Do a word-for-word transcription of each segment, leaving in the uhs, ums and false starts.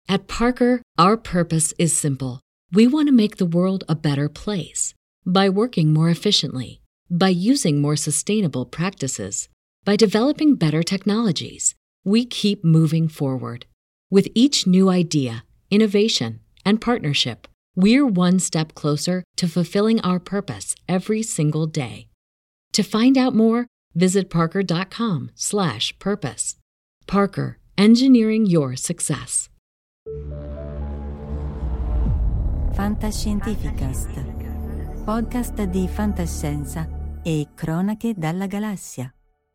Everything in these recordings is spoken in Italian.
At Parker, our purpose is simple. We want to make the world a better place by working more efficiently, by using more sustainable practices, by developing better technologies. We keep moving forward. With each new idea, innovation, and partnership, we're one step closer to fulfilling our purpose every single day. To find out more, visit parker.com slash purpose. Parker, engineering your success. Fantascientificast, podcast di fantascienza e cronache dalla galassia.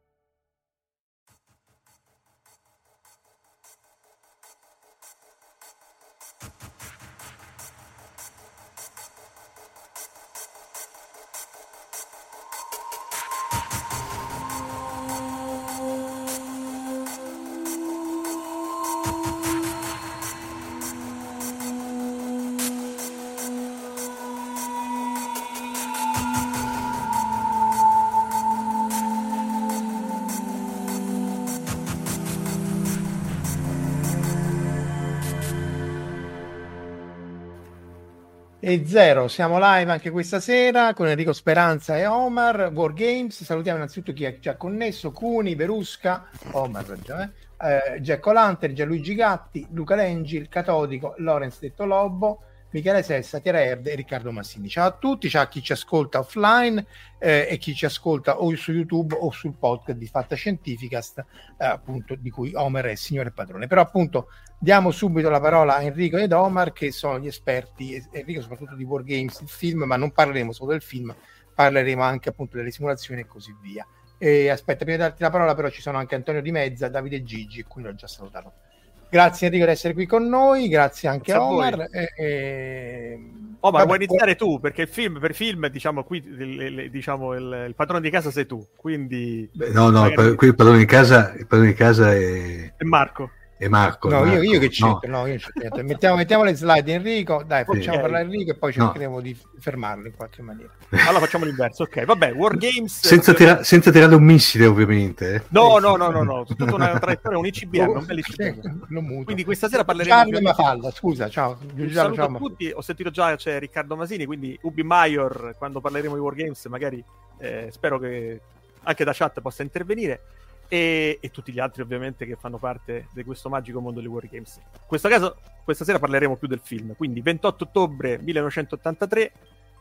E zero, siamo live anche questa sera con Enrico Speranza e Omar, Wargames. Salutiamo innanzitutto chi è già connesso: Cuni, Verusca, Omar già, eh? eh, Jack O'Lantern, Gianluigi Gatti, Luca Lengi, il Catodico, Lorenz detto Lobbo, Michele Sessa, Tiera Erde e Riccardo Massini. Ciao a tutti, ciao a chi ci ascolta offline eh, e chi ci ascolta o su YouTube o sul podcast di Fantascientificast, eh, appunto, di cui Omar è il signore padrone. Però appunto diamo subito la parola a Enrico ed Omar, che sono gli esperti, Enrico soprattutto di Wargames, il film, ma non parleremo solo del film, parleremo anche appunto delle simulazioni e così via. E aspetta, prima di darti la parola però ci sono anche Antonio Di Mezza, Davide Gigi, quindi l'ho già salutato. Grazie Enrico di essere qui con noi, grazie anche grazie a Omar. E, e... Omar, vuoi iniziare tu? Perché il film, per film, diciamo, qui il, il, diciamo, il, il padrone di casa sei tu, quindi... Beh, no, no, magari... qui il padrone di casa, il padrone di casa è... è Marco. E Marco, no, Marco. Io, io che c'entro, no, no io c'entro. Mettiamo, mettiamo le slide Enrico, dai, facciamo okay. parlare Enrico e poi cercheremo no. di fermarlo in qualche maniera. Allora facciamo l'inverso, ok, vabbè, Wargames... Senza, tira- senza tirare un missile ovviamente. Eh. No, no, no, no, no, tutta una traiettoria, un I C B M, un bel I C B M. Quindi questa sera parleremo... Gianni Mafalda, scusa, ciao. Un saluto a tutti, ho sentito già c'è Riccardo Masini, quindi Ubi Maior, quando parleremo di Wargames, magari eh, spero che anche da chat possa intervenire. E, e tutti gli altri ovviamente che fanno parte di questo magico mondo delle Wargames. In questo caso questa sera parleremo più del film, quindi ventotto ottobre millenovecentottantatré,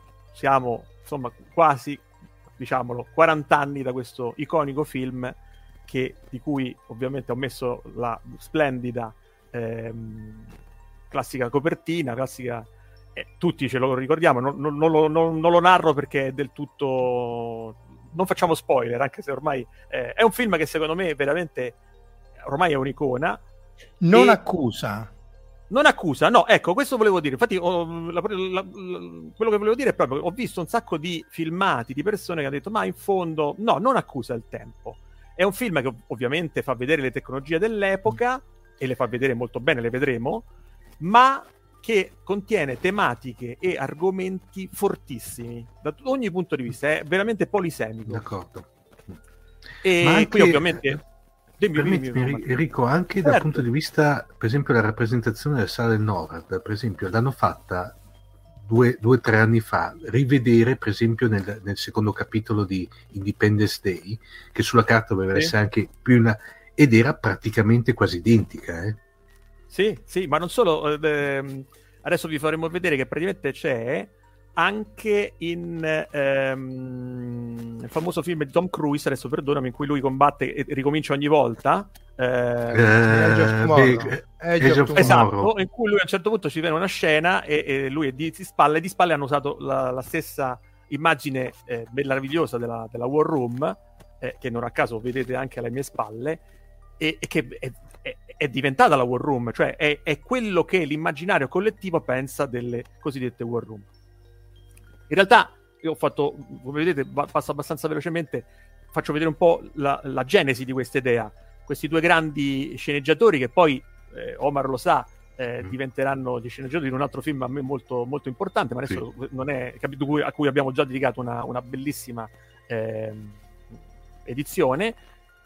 siamo insomma quasi, diciamolo, quaranta anni da questo iconico film che, di cui ovviamente ho messo la splendida ehm, classica copertina, classica eh, tutti ce lo ricordiamo, non, non, non, lo, non, non lo narro perché è del tutto... non facciamo spoiler, anche se ormai eh, è un film che secondo me veramente ormai è un'icona. Non e... accusa. Non accusa, no, ecco, questo volevo dire. Infatti ho, la, la, la, quello che volevo dire è proprio, ho visto un sacco di filmati di persone che hanno detto, ma in fondo, no, non accusa il tempo. È un film che ovviamente fa vedere le tecnologie dell'epoca, e le fa vedere molto bene, le vedremo, ma... che contiene tematiche e argomenti fortissimi da ogni punto di vista, è veramente polisemico. D'accordo. E ma anche, qui ovviamente dimmi, permettimi, dimmi, dimmi, Enrico, anche certo. dal punto di vista, per esempio, la rappresentazione della sala del NORAD, per esempio, l'hanno fatta due o tre anni fa, rivedere per esempio nel, nel secondo capitolo di Independence Day, che sulla carta doveva sì. essere anche più una, ed era praticamente quasi identica, eh. Sì, sì, ma non solo, ehm, adesso vi faremo vedere che praticamente c'è anche in ehm, il famoso film di Tom Cruise, adesso perdonami, in cui lui combatte e ricomincia ogni volta, eh, eh, eh, esatto, in cui lui a un certo punto ci viene una scena e, e lui è di, di spalle, di spalle hanno usato la, la stessa immagine eh, meravigliosa della, della War Room, eh, che non a caso vedete anche alle mie spalle, e, e che è È, è diventata la War Room, cioè è, è quello che l'immaginario collettivo pensa delle cosiddette War Room. In realtà io ho fatto, come vedete, passo abbastanza velocemente, faccio vedere un po' la, la genesi di questa idea. Questi due grandi sceneggiatori che poi, eh, Omar lo sa, eh, mm. diventeranno gli sceneggiatori di un altro film a me molto, molto importante, ma adesso sì. non è, a cui abbiamo già dedicato una, una bellissima eh, edizione.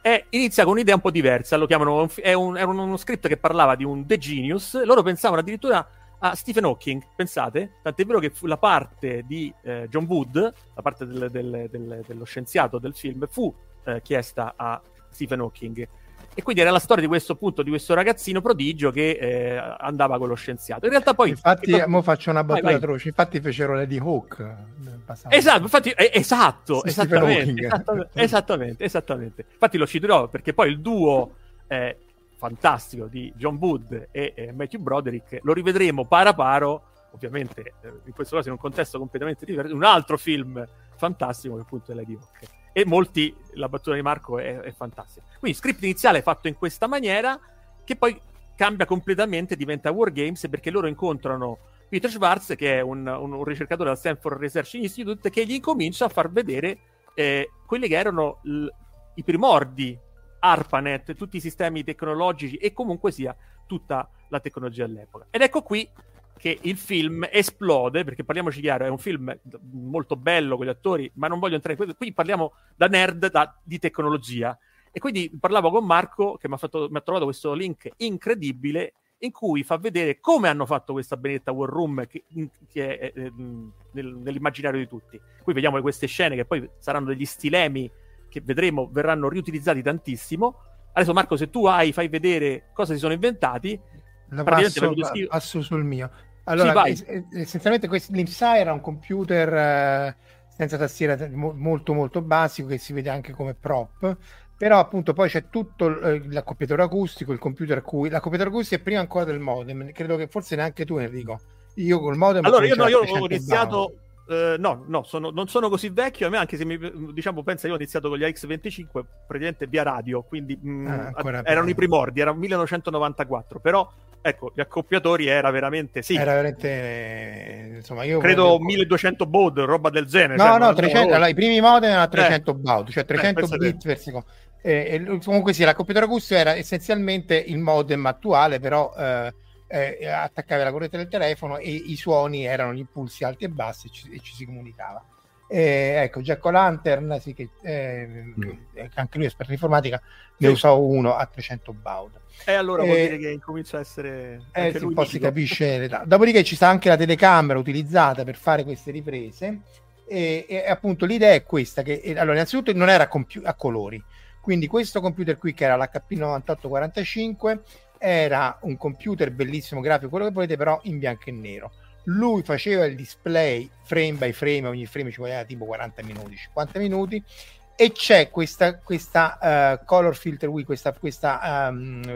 è, inizia con un'idea un po' diversa, lo chiamano, è, un, è uno script che parlava di un The Genius, loro pensavano addirittura a Stephen Hawking, pensate? Tant'è vero che fu la parte di eh, John Wood, la parte del, del, del, dello scienziato del film, fu eh, chiesta a Stephen Hawking. E quindi era la storia di questo appunto di questo ragazzino prodigio che eh, andava con lo scienziato. In realtà poi infatti, poi... mo faccio una battuta vai, vai. atroce. Infatti fecero Lady Hawk nel passato. Esatto, infatti, eh, esatto, Sì, esattamente, esattamente, esattamente, esattamente. Infatti lo citerò perché poi il duo eh, fantastico di John Wood e eh, Matthew Broderick lo rivedremo paro paro, ovviamente eh, in questo caso in un contesto completamente diverso, un altro film fantastico che appunto è Lady Hawk. E molti, la battuta di Marco è, è fantastica. Quindi script iniziale fatto in questa maniera, che poi cambia completamente, diventa Wargames, perché loro incontrano Peter Schwartz, che è un, un, un ricercatore al Stanford Research Institute, che gli incomincia a far vedere eh, quelli che erano l- i primordi, ARPANET, tutti i sistemi tecnologici e comunque sia tutta la tecnologia all'epoca. Ed ecco qui che il film esplode, perché parliamoci chiaro, è un film molto bello con gli attori, ma non voglio entrare in questo, qui parliamo da nerd da, di tecnologia, e quindi parlavo con Marco che mi ha, fatto, mi ha trovato questo link incredibile in cui fa vedere come hanno fatto questa benedetta War Room che, che è eh, nel, nell'immaginario di tutti. Qui vediamo queste scene che poi saranno degli stilemi che vedremo verranno riutilizzati tantissimo. Adesso Marco, se tu hai, fai vedere cosa si sono inventati. Lo passo, passo sul mio. Allora, sì, es- essenzialmente l'I M S I era un computer eh, senza tastiera mo- molto molto basico che si vede anche come prop, però appunto poi c'è tutto eh, l'accoppiatore acustico, il computer a cui l'accoppiatore acustico è prima ancora del modem, credo che forse neanche tu Enrico. Io col modem allora io, no, io ho iniziato Uh, no, no, sono, non sono così vecchio, a me anche se mi diciamo pensa io ho iniziato con gli A X venticinque praticamente via radio, quindi mh, ah, erano i primordi, era millenovecentonovantaquattro, però ecco, gli accoppiatori era veramente sì. Era veramente insomma, io credo volevo... milleduecento baud, roba del genere. No, cioè, no, trecento, allora, i primi modem erano a trecento eh. baud, cioè trecento eh, bit per secondo. Eh, e, comunque sì, l'accoppiatore acustico era essenzialmente il modem attuale, però eh, Eh, attaccava la corrente del telefono e i suoni erano gli impulsi alti e bassi e ci, e ci si comunicava. Eh, ecco, Jack O'Lantern, sì, che, eh, mm. anche lui è esperto in informatica, ne sì. usò uno a trecento baud. E allora eh, vuol dire che incomincia a essere eh, sì, un po' si capisce l'età. Dopodiché ci sta anche la telecamera utilizzata per fare queste riprese e, e appunto l'idea è questa, che allora innanzitutto non era compi- a colori, quindi questo computer qui che era l'H P novantaotto quarantacinque era un computer bellissimo, grafico, quello che volete, però in bianco e nero. Lui faceva il display frame by frame, ogni frame ci voleva tipo quaranta minuti, cinquanta minuti, e c'è questa, questa uh, color filter wheel, questa, questa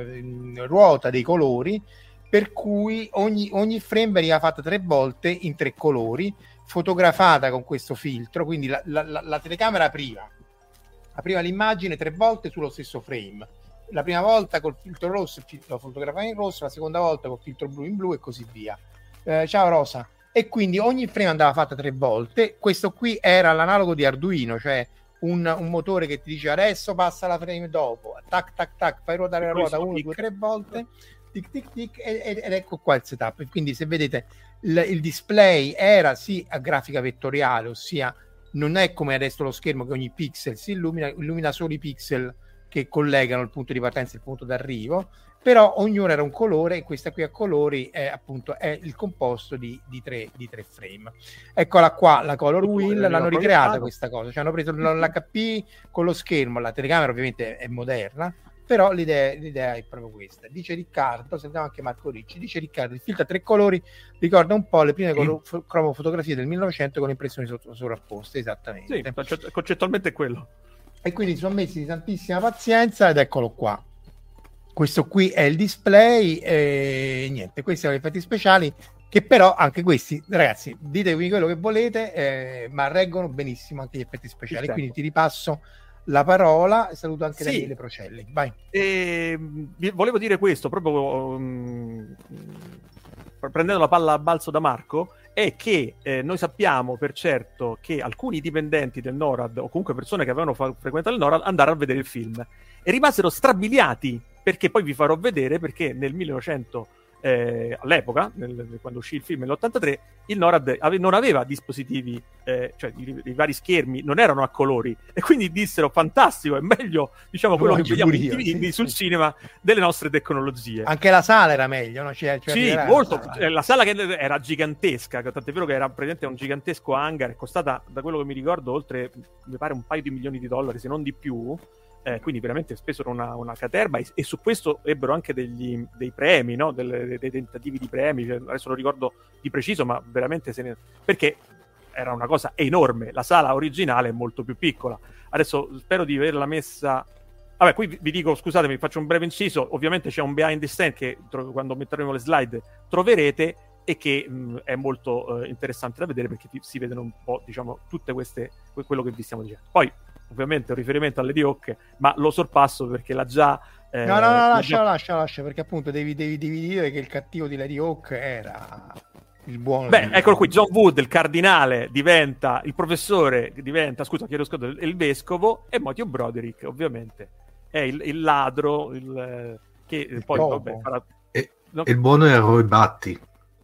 um, ruota dei colori, per cui ogni, ogni frame veniva fatta tre volte in tre colori, fotografata con questo filtro, quindi la, la, la, la telecamera apriva, apriva l'immagine tre volte sullo stesso frame. La prima volta col filtro rosso lo fotografava in rosso, la seconda volta col filtro blu in blu e così via. Eh, ciao Rosa. E quindi ogni frame andava fatta tre volte. Questo qui era l'analogo di Arduino, cioè un, un motore che ti dice adesso passa la frame dopo, tac tac tac, fai ruotare la ruota uno, due, tre volte, tic tic tic, ed, ed ecco qua il setup. Quindi se vedete il, il display era sì a grafica vettoriale, ossia non è come adesso lo schermo che ogni pixel si illumina, illumina solo i pixel che collegano il punto di partenza e il punto d'arrivo, però ognuno era un colore e questa qui a colori è appunto è il composto di, di, tre, di tre frame. Eccola qua la color wheel, l'hanno ricreata questa cosa, cioè hanno preso l'H P con lo schermo, la telecamera ovviamente è moderna, però l'idea, l'idea è proprio questa. Dice Riccardo, sentiamo anche Marco Ricci, dice Riccardo, il filtro a tre colori ricorda un po' le prime mm. cromofotografie del millenovecento con impressioni sovrapposte, esattamente. Sì, concettualmente è quello. E quindi ci sono messi di tantissima pazienza ed eccolo qua. Questo qui è il display e niente, questi sono gli effetti speciali che però anche questi, ragazzi, ditemi quello che volete, eh, ma reggono benissimo anche gli effetti speciali. Certo. Quindi ti ripasso la parola e saluto anche sì. Daniele Procelli. Vai. E, volevo dire questo proprio um, prendendo la palla a balzo da Marco, è che eh, noi sappiamo per certo che alcuni dipendenti del NORAD o comunque persone che avevano fa- frequentato il NORAD andarono a vedere il film e rimasero strabiliati, perché poi vi farò vedere perché nel millenovecento eh, all'epoca, nel, quando uscì il film nell'ottantatré, il NORAD ave, non aveva dispositivi, eh, cioè i, i vari schermi non erano a colori, e quindi dissero fantastico, è meglio, diciamo, quello che vediamo in T V, sì, sul sì. cinema delle nostre tecnologie. Anche la sala era meglio, no? Cioè, cioè sì, molto, la sala. la sala che era gigantesca, tant'è vero che era praticamente un gigantesco hangar, è costata, da quello che mi ricordo, oltre, mi pare, un paio di milioni di dollari, se non di più. Eh, quindi veramente spesero una, una caterba, e, e su questo ebbero anche degli, dei premi, no? Delle, dei tentativi di premi, cioè, adesso non ricordo di preciso, ma veramente se ne... perché era una cosa enorme, la sala originale è molto più piccola. Adesso spero di averla messa... Vabbè, qui vi, vi dico, scusatemi, faccio un breve inciso, ovviamente c'è un behind the stand che tro- quando metteremo le slide troverete, e che mh, è molto eh, interessante da vedere, perché ti, si vedono un po', diciamo, tutte queste, quello che vi stiamo dicendo. Poi ovviamente un riferimento all'Lady Hawk, ma lo sorpasso perché l'ha già eh, no no no lascia già... lascia lascia perché appunto devi, devi, devi dire che il cattivo di Lady Hawk era il buono. Beh, eccolo qui, John Wood, il cardinale, diventa il professore, diventa, scusa, chiedo scusa, il vescovo, e Matthew Broderick ovviamente è il, il ladro, il, che il poi vabbè, farà... e, no? E il buono è Roy Batty.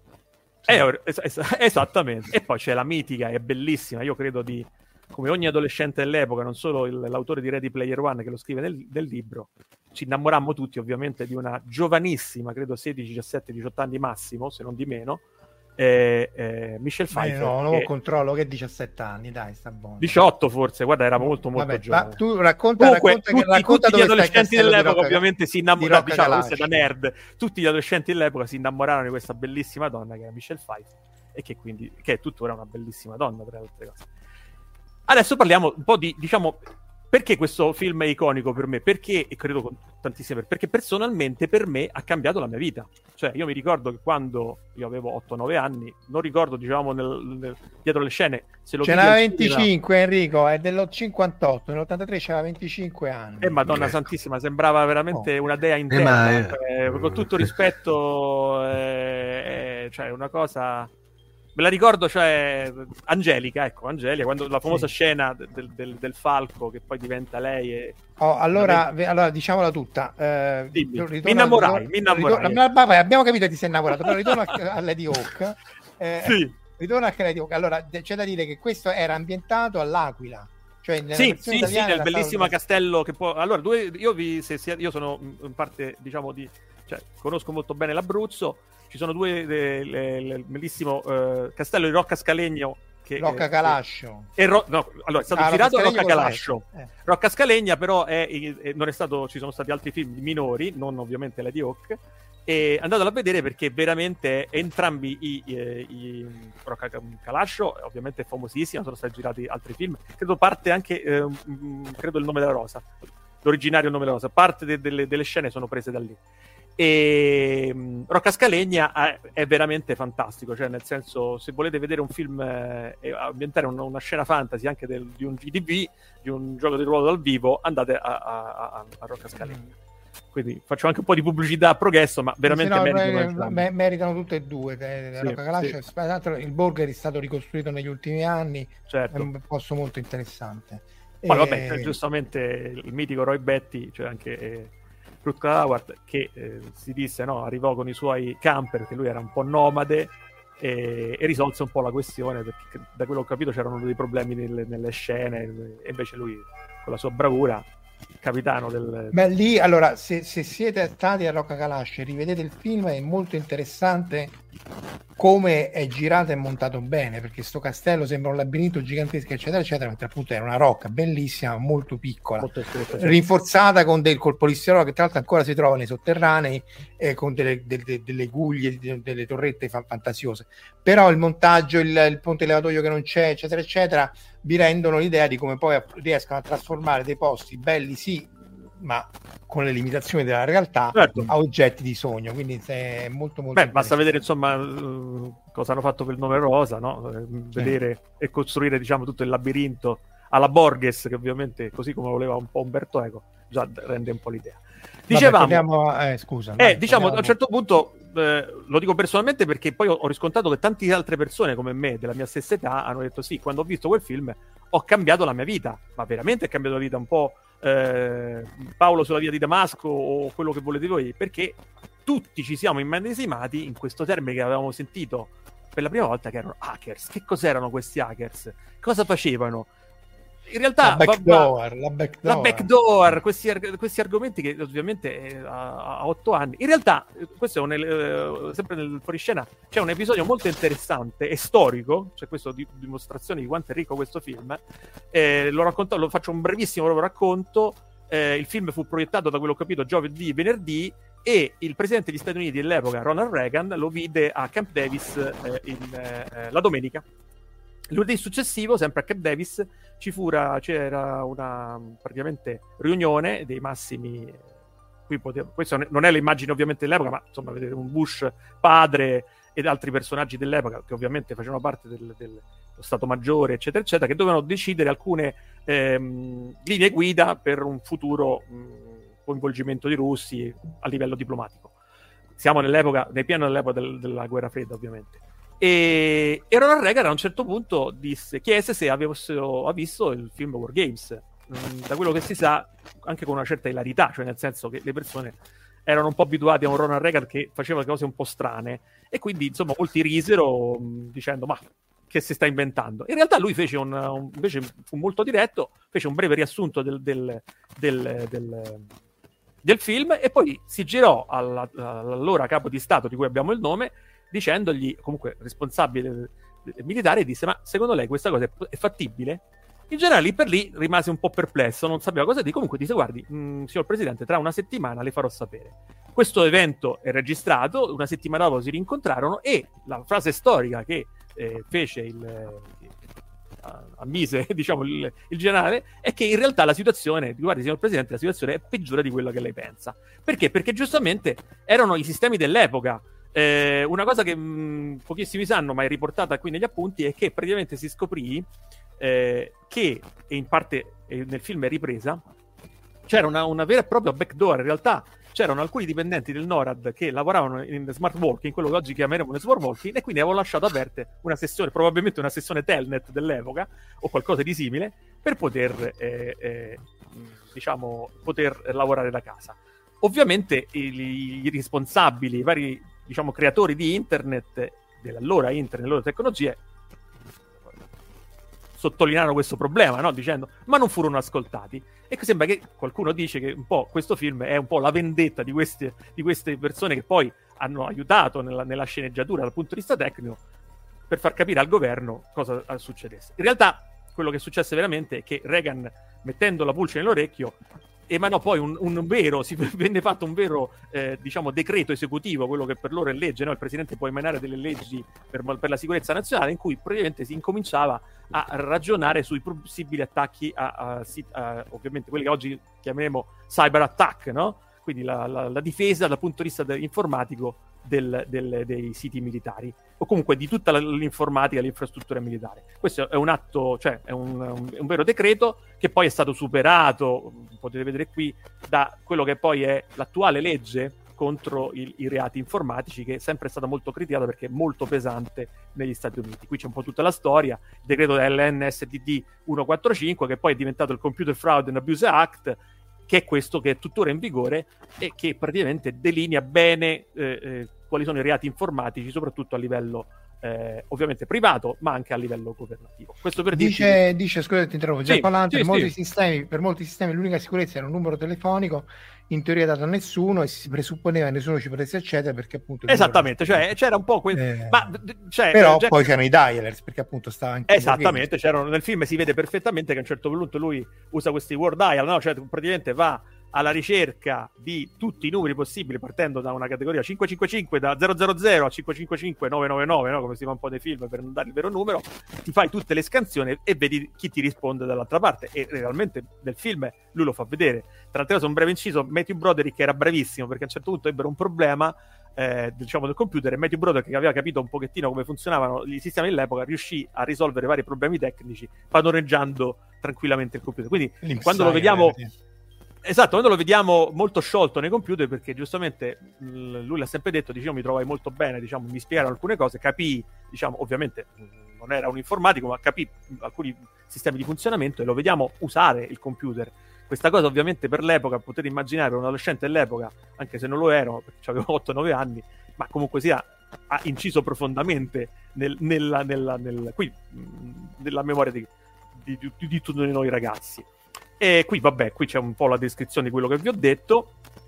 Eh, es- es- esattamente. E poi c'è la mitica e bellissima, io credo, di come ogni adolescente dell'epoca, non solo il, l'autore di Ready Player One che lo scrive nel, nel libro, ci innamorammo tutti ovviamente di una giovanissima, credo sedici, diciassette, diciotto anni massimo, se non di meno, eh, eh, Michelle Pfeiffer. Eh no, non che... controllo che diciassette anni, dai, sta buono. diciotto forse, guarda, era molto molto Vabbè, giovane. Tu racconta, Comunque, racconta, tutti, racconta tutti gli adolescenti dell'epoca Rocca, ovviamente si innamorarono, diciamo, Kalash. da nerd, tutti gli adolescenti dell'epoca si innamorarono di questa bellissima donna che era Michelle Pfeiffer, e che quindi, che è tuttora una bellissima donna, tra le altre cose. Adesso parliamo un po' di, diciamo, perché questo film è iconico per me, perché, e credo con tantissime, perché personalmente per me ha cambiato la mia vita. Cioè, io mi ricordo che quando io avevo otto nove anni, non ricordo, diciamo, nel, nel, dietro le scene, se lo ce n'era venticinque, era... Enrico, è dello cinquantotto, nell'ottantatré c'era venticinque anni. Eh, Madonna santissima, sembrava veramente oh. una dea interna, eh, ma, eh, con tutto rispetto, eh, eh, cioè una cosa... Me la ricordo, cioè, Angelica, ecco, Angelica, quando la famosa sì. scena del, del, del falco che poi diventa lei e... Oh, allora, ve, allora, diciamola tutta. Eh, ritorno, mi innamorai, mi innamorai. Ritorno, vabbè, abbiamo capito che ti sei innamorato, però ritorno a, a Lady Hawk. Eh, sì. Ritorno a Lady Hawk. Allora, c'è da dire che questo era ambientato all'Aquila. Cioè sì, sì, sì, nel bellissimo castello che può... Allora, due, io, vi, se, se, io sono in parte, diciamo, di... Cioè, conosco molto bene l'Abruzzo. Ci sono due, il bellissimo uh, castello di Rocca Scalegno. Che, Rocca Calascio. Eh, ro- no, allora, è stato ah, girato a Rocca Calascio. Eh. Rocca Scalegna, però, è, è, non è stato, ci sono stati altri film minori, non ovviamente Lady Hawk. E andatelo a vedere perché veramente entrambi i, i, i Rocca Calascio, ovviamente è famosissima, sono stati girati altri film. Credo parte anche, eh, credo Il nome della rosa, l'originario Il nome della rosa, parte de- delle, delle scene sono prese da lì. E um, Rocca Scalegna è, è veramente fantastico, cioè nel senso, se volete vedere un film eh, e ambientare una, una scena fantasy anche del, di un G D V, di un gioco di ruolo dal vivo, andate a, a, a, a Rocca Scalegna. Quindi faccio anche un po' di pubblicità a progresso, ma veramente sì, no, meritano, me, meritano tutte e due. Sì, Rocca Calascio, sì. Il Borgher è stato ricostruito negli ultimi anni, certo. È un posto molto interessante. Poi e... vabbè, giustamente il mitico Roy Batty, cioè anche eh, Rutger Hauer, che eh, si disse, no, arrivò con i suoi camper, perché lui era un po' nomade, e, e risolse un po' la questione, perché da quello che ho capito c'erano dei problemi nelle, nelle scene, e invece lui, con la sua bravura, capitano del... Beh, lì, allora, se, se siete stati a Rocca Calascio e rivedete il film, è molto interessante come è girato e montato bene, perché sto castello sembra un labirinto gigantesco, eccetera, eccetera, mentre appunto era una rocca bellissima, molto piccola, molto stretta, sì. Rinforzata con del col polistirolo, che tra l'altro ancora si trova nei sotterranei, eh, con delle, delle, delle guglie, delle torrette fantasiose. Però il montaggio, il, il ponte elevatoio che non c'è, eccetera, eccetera, vi rendono l'idea di come poi riescano a trasformare dei posti belli, sì, ma con le limitazioni della realtà, certo, a oggetti di sogno. Quindi è molto molto beh, basta vedere insomma uh, cosa hanno fatto per il nome rosa, no? Eh, vedere eh. e costruire, diciamo, tutto il labirinto alla Borges, che ovviamente, così come voleva un po' Umberto Eco, già rende un po' l'idea. Dicevamo, vabbè, torniamo, eh, scusa, eh, vai, diciamo torniamo... a un certo punto, eh, lo dico personalmente perché poi ho, ho riscontrato che tante altre persone come me, della mia stessa età, hanno detto sì, quando ho visto quel film ho cambiato la mia vita, ma veramente è cambiato la vita un po'. eh, Paolo sulla via di Damasco o quello che volete voi, perché tutti ci siamo immedesimati in questo termine che avevamo sentito per la prima volta, che erano hackers. Che cos'erano questi hackers? Cosa facevano? In realtà la backdoor, va, la backdoor, la backdoor questi, arg- questi argomenti che ovviamente eh, a, a otto anni. In realtà, questo è un, eh, sempre nel fuoriscena, c'è un episodio molto interessante e storico, c'è questa di- dimostrazione di quanto è ricco questo film. Eh, lo racconto, lo faccio un brevissimo proprio racconto. Eh, il film fu proiettato, da quello che ho capito, giovedì e venerdì, e il presidente degli Stati Uniti dell'epoca, Ronald Reagan, lo vide a Camp Davis eh, in, eh, la domenica. Il lunedì successivo, sempre a Camp Davis, ci fura, c'era una praticamente riunione dei massimi. Qui potevo, questo non è l'immagine ovviamente dell'epoca, ma insomma vedete un Bush padre ed altri personaggi dell'epoca che ovviamente facevano parte del, del, dello Stato Maggiore, eccetera, eccetera, che dovevano decidere alcune ehm, linee guida per un futuro mh, coinvolgimento di russi a livello diplomatico. Siamo nell'epoca, nei piani dell'epoca del, della guerra fredda, ovviamente. E, e Ronald Reagan a un certo punto disse, chiese se avessero visto il film War Games. Da quello che si sa, anche con una certa ilarità, cioè nel senso che le persone erano un po' abituati a un Ronald Reagan che faceva cose un po' strane, e quindi insomma molti risero mh, dicendo ma che si sta inventando. In realtà lui fece un, un invece fu molto diretto, fece un breve riassunto del, del, del, del, del film, e poi si girò alla, all'allora capo di Stato, di cui abbiamo il nome, dicendogli, comunque responsabile del, del militare, e disse ma secondo lei questa cosa è, è fattibile? Il generale lì per lì rimase un po' perplesso, non sapeva cosa dire, comunque disse guardi, mh, signor Presidente, tra una settimana le farò sapere. Questo evento è registrato, una settimana dopo si rincontrarono, e la frase storica che eh, fece il eh, ammise diciamo il, il generale è che in realtà la situazione, guardi signor Presidente, la situazione è peggiore di quello che lei pensa. Perché? Perché giustamente erano i sistemi dell'epoca. Eh, una cosa che mh, pochissimi sanno, ma è riportata qui negli appunti, è che praticamente si scoprì eh, che, e in parte eh, nel film è ripresa, c'era una, una vera e propria backdoor. In realtà c'erano alcuni dipendenti del NORAD che lavoravano in smart working, quello che oggi chiameremo smart working, e quindi avevano lasciato aperte una sessione, probabilmente una sessione Telnet dell'epoca o qualcosa di simile, per poter eh, eh, diciamo poter lavorare da casa. Ovviamente i, i responsabili, i vari diciamo creatori di internet, dell'allora internet, delle loro tecnologie, sottolinearono questo problema, no? Dicendo ma non furono ascoltati. E sembra che qualcuno dice che un po' questo film è un po' la vendetta di queste, di queste persone che poi hanno aiutato nella, nella sceneggiatura dal punto di vista tecnico, per far capire al governo cosa succedesse. In realtà quello che successe veramente è che Reagan, mettendo la pulce nell'orecchio, emanò poi un, un vero, si venne fatto un vero eh, diciamo decreto esecutivo, quello che per loro è legge, no? Il presidente può emanare delle leggi per, per la sicurezza nazionale, in cui praticamente si incominciava a ragionare sui possibili attacchi a, a, a ovviamente quelli che oggi chiameremo cyber attack, no? Quindi la, la, la difesa dal punto di vista de- informatico del, del, dei siti militari, o comunque di tutta la, l'informatica, l'infrastruttura militare. Questo è un atto, cioè è un, un, un vero decreto che poi è stato superato, potete vedere qui, da quello che poi è l'attuale legge contro il, i reati informatici, che è sempre stata molto criticata perché è molto pesante negli Stati Uniti. Qui c'è un po' tutta la storia, il decreto L N S D D centoquarantacinque, che poi è diventato il Computer Fraud and Abuse Act, che è questo che è tuttora in vigore e che praticamente delinea bene eh, eh, quali sono i reati informatici, soprattutto a livello eh, ovviamente privato, ma anche a livello governativo. Questo per dice, dirci... dice scusate ti interrompo, sì, Giacomo, sì, per, molti sì. sistemi, per molti sistemi l'unica sicurezza era un numero telefonico, in teoria dato a nessuno, e si presupponeva che nessuno ci potesse accedere perché appunto esattamente, cioè c'era un po' quel... eh, ma, cioè, però Jack... poi c'erano i dialers, perché appunto stava anche esattamente, c'erano, nel film si vede perfettamente che a un certo punto lui usa questi word dial, no? Cioè praticamente va alla ricerca di tutti i numeri possibili, partendo da una categoria cinquecentocinquantacinque, da zero zero zero a cinquecentocinquantacinque novecentonovantanove, no? Come si fa un po' nei film per non dare il vero numero, ti fai tutte le scansioni e vedi chi ti risponde dall'altra parte, e realmente nel film lui lo fa vedere. Tra l'altro sono un breve inciso, Matthew Broderick era bravissimo, perché a un certo punto ebbero un problema eh, diciamo del computer, e Matthew Broderick, che aveva capito un pochettino come funzionavano i sistemi dell'epoca, riuscì a risolvere vari problemi tecnici padroneggiando tranquillamente il computer. Quindi L'insider, quando lo vediamo sì. Esatto, quando lo vediamo molto sciolto nei computer, perché giustamente lui l'ha sempre detto, diciamo, mi trovai molto bene, diciamo, mi spiegarono alcune cose, capii, diciamo, ovviamente non era un informatico, ma capì alcuni sistemi di funzionamento, e lo vediamo usare il computer, Questa cosa ovviamente per l'epoca, potete immaginare, per un adolescente dell'epoca, anche se non lo ero, perché avevo otto nove anni, ma comunque sia, ha inciso profondamente nel, nella, nella, nel, qui, nella memoria di, di, di, di tutti noi ragazzi. E qui, vabbè, qui c'è un po' la descrizione di quello che vi ho detto.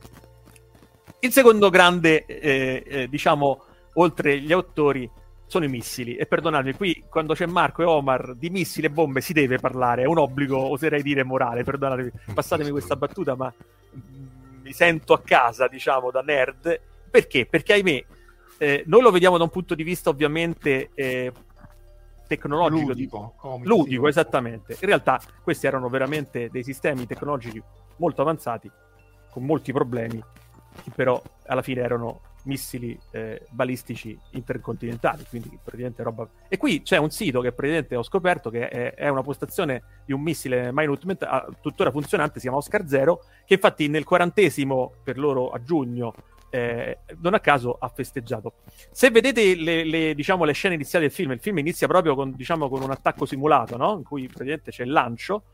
Il secondo grande, eh, eh, diciamo, oltre gli autori, sono i missili. E perdonatemi, qui quando c'è Marco e Omar di missili e bombe si deve parlare, è un obbligo, oserei dire, morale. Perdonatemi, passatemi questa battuta, ma mi sento a casa, diciamo, da nerd. Perché? Perché, ahimè, eh, noi lo vediamo da un punto di vista ovviamente eh, tecnologico, ludico, di... ludico, esattamente. In realtà questi erano veramente dei sistemi tecnologici molto avanzati, con molti problemi, che però alla fine erano missili eh, balistici intercontinentali, quindi praticamente roba. E qui c'è un sito che praticamente ho scoperto che è, è una postazione di un missile Minute, ah, tuttora funzionante, si chiama Oscar Zero, che infatti nel quarantesimo per loro a giugno eh, non a caso ha festeggiato. Se vedete le, le, diciamo, le scene iniziali del film, il film inizia proprio con, diciamo, con un attacco simulato, no? In cui praticamente c'è il lancio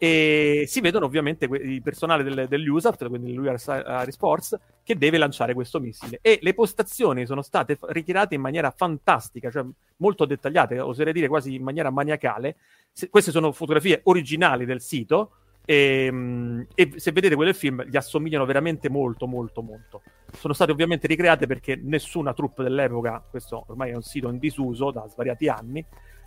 e si vedono ovviamente que- il personale del, dell'U S A T, quindi l'U S Air Force, che deve lanciare questo missile, e le postazioni sono state f- ritirate in maniera fantastica, cioè molto dettagliate, oserei dire quasi in maniera maniacale. Se- queste sono fotografie originali del sito e, mh, e se vedete quelle del film gli assomigliano veramente molto molto molto. Sono state ovviamente ricreate perché nessuna troupe dell'epoca, questo ormai è un sito in disuso da svariati anni,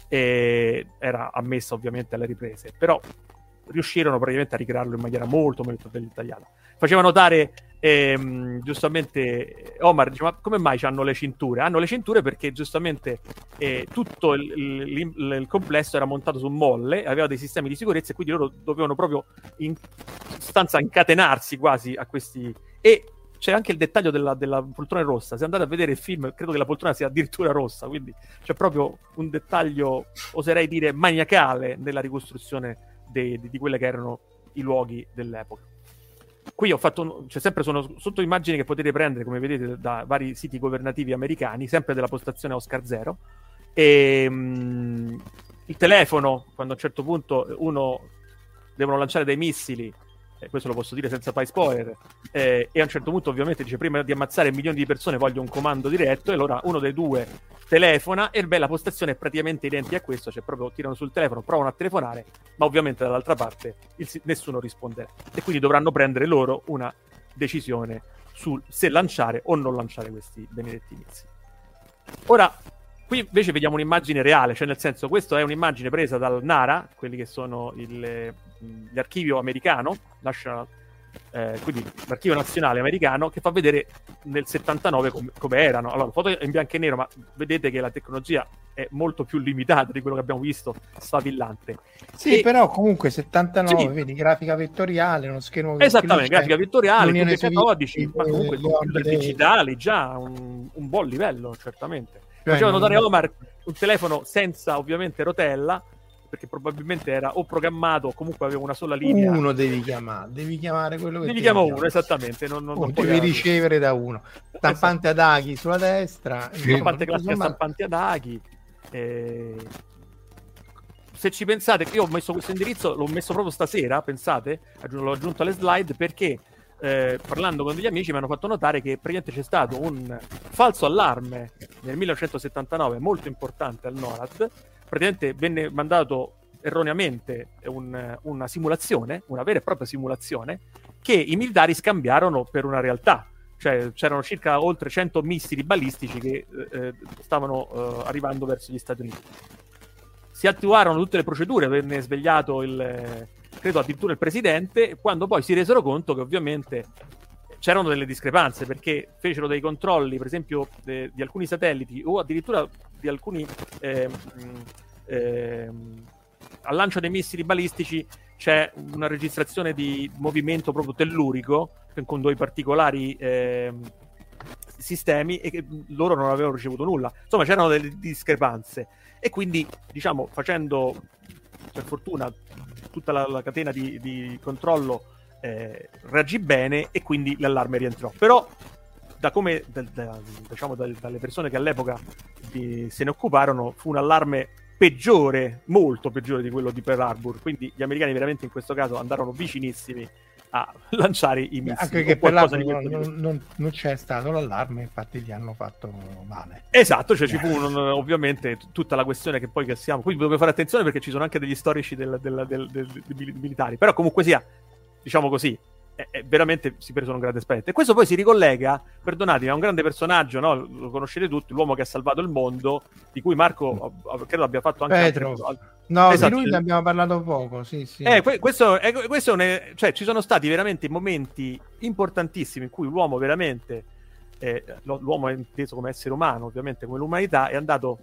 e era ammessa ovviamente alle riprese, però riuscirono praticamente a ricrearlo in maniera molto molto dettagliata. Faceva notare ehm, giustamente Omar, dice, ma come mai hanno le cinture? Hanno le cinture perché giustamente eh, tutto il, il, il, il complesso era montato su molle, aveva dei sistemi di sicurezza e quindi loro dovevano proprio in sostanza incatenarsi quasi a questi. E c'è anche il dettaglio della, della poltrona rossa. Se andate a vedere il film, credo che la poltrona sia addirittura rossa, quindi c'è proprio un dettaglio, oserei dire, maniacale nella ricostruzione Di, di, di quelle che erano i luoghi dell'epoca. Qui ho fatto, cioè sempre sono sotto immagini che potete prendere, come vedete, da vari siti governativi americani, sempre della postazione Oscar Zero. E mh, il telefono, quando a un certo punto uno devono lanciare dei missili, eh, questo lo posso dire senza fare spoiler, eh, e a un certo punto ovviamente dice prima di ammazzare milioni di persone voglio un comando diretto, e allora uno dei due telefona e beh, la postazione è praticamente identica a questo, cioè proprio tirano sul telefono, provano a telefonare, ma ovviamente dall'altra parte il, nessuno risponderà e quindi dovranno prendere loro una decisione su se lanciare o non lanciare questi benedetti missili. Ora, qui invece vediamo un'immagine reale, cioè nel senso, questa è un'immagine presa dal NARA, quelli che sono il, l'archivio americano, National, eh, quindi l'archivio nazionale americano, che fa vedere nel settantanove com- come erano. Allora, foto in bianco e nero, ma vedete che la tecnologia è molto più limitata di quello che abbiamo visto, sfavillante. Sì, e... però comunque settantanove, sì. Vedi, grafica vettoriale, uno schermo che esattamente, grafica vettoriale, codici, ma eh, comunque computer dei... digitali, già un, un buon livello, certamente. Cioè, Faceva non... notare Omar un telefono senza ovviamente rotella, perché probabilmente era o programmato o comunque aveva una sola linea. Uno devi chiamare, devi chiamare quello che devi ti chiamare chiama. uno, esattamente. Non, non, oh, non devi puoi... ricevere da uno. Stampante ad aghi sulla destra. Stampante classica, stampante ad aghi. Eh... Se ci pensate, io ho messo questo indirizzo, l'ho messo proprio stasera, pensate, l'ho aggiunto alle slide perché eh, parlando con degli amici mi hanno fatto notare che praticamente c'è stato un falso allarme nel millenovecentosettantanove molto importante al NORAD. Praticamente venne mandato erroneamente un, una simulazione, una vera e propria simulazione, che i militari scambiarono per una realtà. Cioè c'erano circa oltre cento missili balistici che eh, stavano eh, arrivando verso gli Stati Uniti. Si attuarono tutte le procedure, venne svegliato il, credo addirittura il presidente, quando poi si resero conto che ovviamente c'erano delle discrepanze, perché fecero dei controlli, per esempio, de, di alcuni satelliti o addirittura di alcuni eh, eh, al lancio dei missili balistici c'è una registrazione di movimento proprio tellurico con due particolari eh, sistemi, e che loro non avevano ricevuto nulla. Insomma, c'erano delle discrepanze e quindi, diciamo, facendo per fortuna tutta la, la catena di, di controllo eh, reagì bene e quindi l'allarme rientrò. Però da come da, da, diciamo da, dalle persone che all'epoca di, se ne occuparono, fu un allarme peggiore, molto peggiore di quello di Pearl Harbor, quindi gli americani veramente in questo caso andarono vicinissimi a lanciare i missili. Anche perché per l'altro non, non, non, non c'è stato l'allarme, infatti gli hanno fatto male. Esatto, cioè ci fu un, ovviamente tutta la questione che poi che siamo, quindi dobbiamo fare attenzione perché ci sono anche degli storici del, del, del, del, del militari, però comunque sia, diciamo così, è, è veramente si presero un grande spavento. E questo poi si ricollega, perdonatemi, a un grande personaggio, no? Lo conoscete tutti, l'uomo che ha salvato il mondo, di cui Marco credo abbia fatto anche Petro. Altro, no, esatto. Di lui ne abbiamo parlato poco, sì, sì. Eh, questo, è, questo è un, cioè ci sono stati veramente momenti importantissimi in cui l'uomo veramente eh, l'uomo è inteso come essere umano, ovviamente come l'umanità, è andato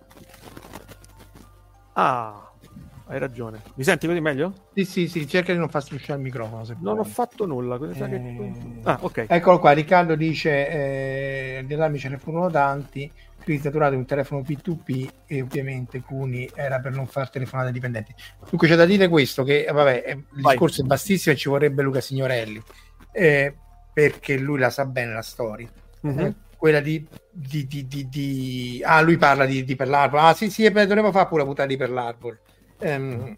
ah hai ragione. Mi senti così meglio? Sì, sì, sì, cerca di non far strusciare il microfono. Se non puoi. ho fatto nulla. Eh... Che... Ah, ok. Eccolo qua, Riccardo dice eh, gli allarmi ce ne furono tanti, utilizzato un telefono P due P e ovviamente Cuni era per non far telefonate ai dipendenti. Dunque c'è da dire questo, che vabbè, il Vai. discorso è vastissimo e ci vorrebbe Luca Signorelli, eh, perché lui la sa bene la storia. Mm-hmm. Eh, quella di, di, di, di, di... Ah, lui parla di, di Pearl Harbor. Ah sì, sì, e beh, dovremmo fare pure la puntata di Pearl Harbor. Um,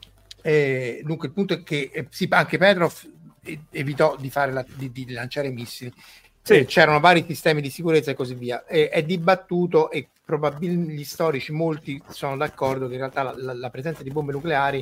eh, dunque il punto è che eh, sì, anche Petrov evitò di, fare la, di, di lanciare missili, sì. eh, c'erano vari sistemi di sicurezza e così via, eh, è dibattuto e probabilmente gli storici molti sono d'accordo che in realtà la, la, la presenza di bombe nucleari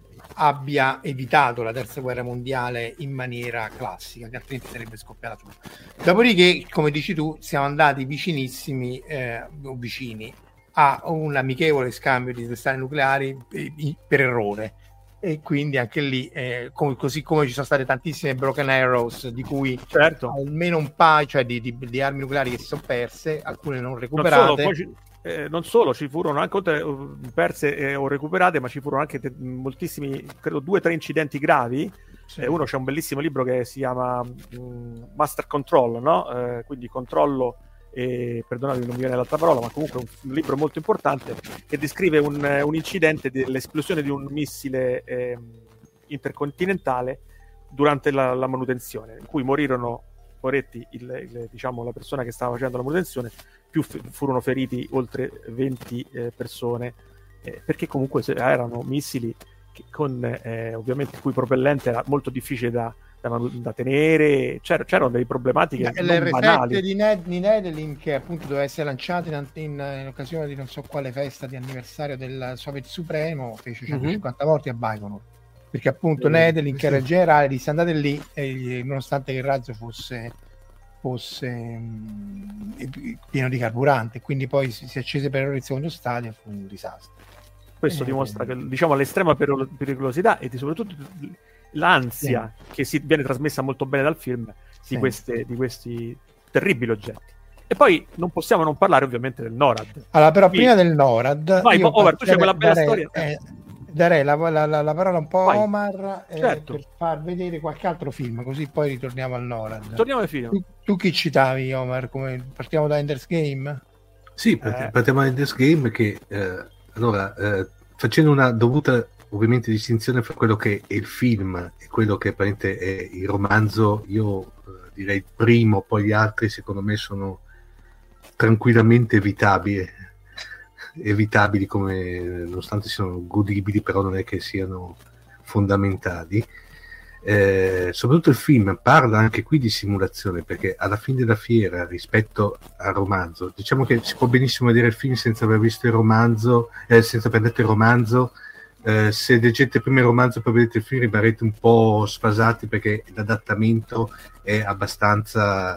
abbia evitato la terza guerra mondiale in maniera classica, che altrimenti sarebbe scoppiata tutto. Dopodiché, come dici tu, siamo andati vicinissimi eh, o vicini a un amichevole scambio di testate nucleari eh, per errore, e quindi anche lì eh, come, così come ci sono state tantissime broken arrows di cui certo. almeno un paio, cioè di, di, di armi nucleari che si sono perse, alcune non recuperate. Non solo, poi ci, eh, non solo ci furono anche oltre, uh, perse eh, o recuperate, ma ci furono anche te, moltissimi, credo due o tre incidenti gravi. Sì. Eh, uno c'è un bellissimo libro che si chiama um, Master Control, no? Eh, quindi controllo. E perdonate, non mi viene l'altra parola, ma comunque è un, un libro molto importante che descrive un, un incidente dell'esplosione di un missile eh, intercontinentale durante la, la manutenzione, in cui morirono poretti il, il, diciamo la persona che stava facendo la manutenzione, più f- furono feriti oltre venti eh, persone, eh, perché comunque erano missili che con eh, ovviamente il cui propellente era molto difficile da Da, da tenere, C'er, c'erano delle problematiche l'R sette di, Ned, di Nedelin, che appunto doveva essere lanciato in, in, in occasione di non so quale festa di anniversario del Soviet Supremo, fece centocinquanta mm-hmm. morti a Baikonur, perché appunto mm-hmm. Nedelin, che era il generale, disse andate lì, e, nonostante che il razzo fosse fosse mh, pieno di carburante, quindi poi si, si accese per errore il secondo stadio e fu un disastro. Questo eh, dimostra che, diciamo, l'estrema pericolosità e di, soprattutto l'ansia sì. che si viene trasmessa molto bene dal film di, sì. queste, di questi terribili oggetti. E poi non possiamo non parlare ovviamente del NORAD. Allora, però prima del NORAD, vai, Omar, tu c'è quella bella darei, storia. Eh, darei la, la, la, la parola un po' a Omar eh, certo. per far vedere qualche altro film, così poi ritorniamo al NORAD. Torniamo ai film. Tu, tu chi citavi, Omar? Come, partiamo da Ender's Game? Sì, eh. partiamo da Ender's Game che eh, allora eh, facendo una dovuta ovviamente distinzione fra quello che è il film e quello che apparentemente è il romanzo, io eh, direi il primo, poi gli altri secondo me sono tranquillamente evitabili, evitabili come, nonostante siano godibili, però non è che siano fondamentali. Eh, soprattutto il film parla anche qui di simulazione, perché alla fine della fiera rispetto al romanzo, diciamo che si può benissimo vedere il film senza aver visto il romanzo, eh, senza aver letto il romanzo. Eh, se leggete prima il romanzo e poi vedete il film rimarrete un po' sfasati, perché l'adattamento è abbastanza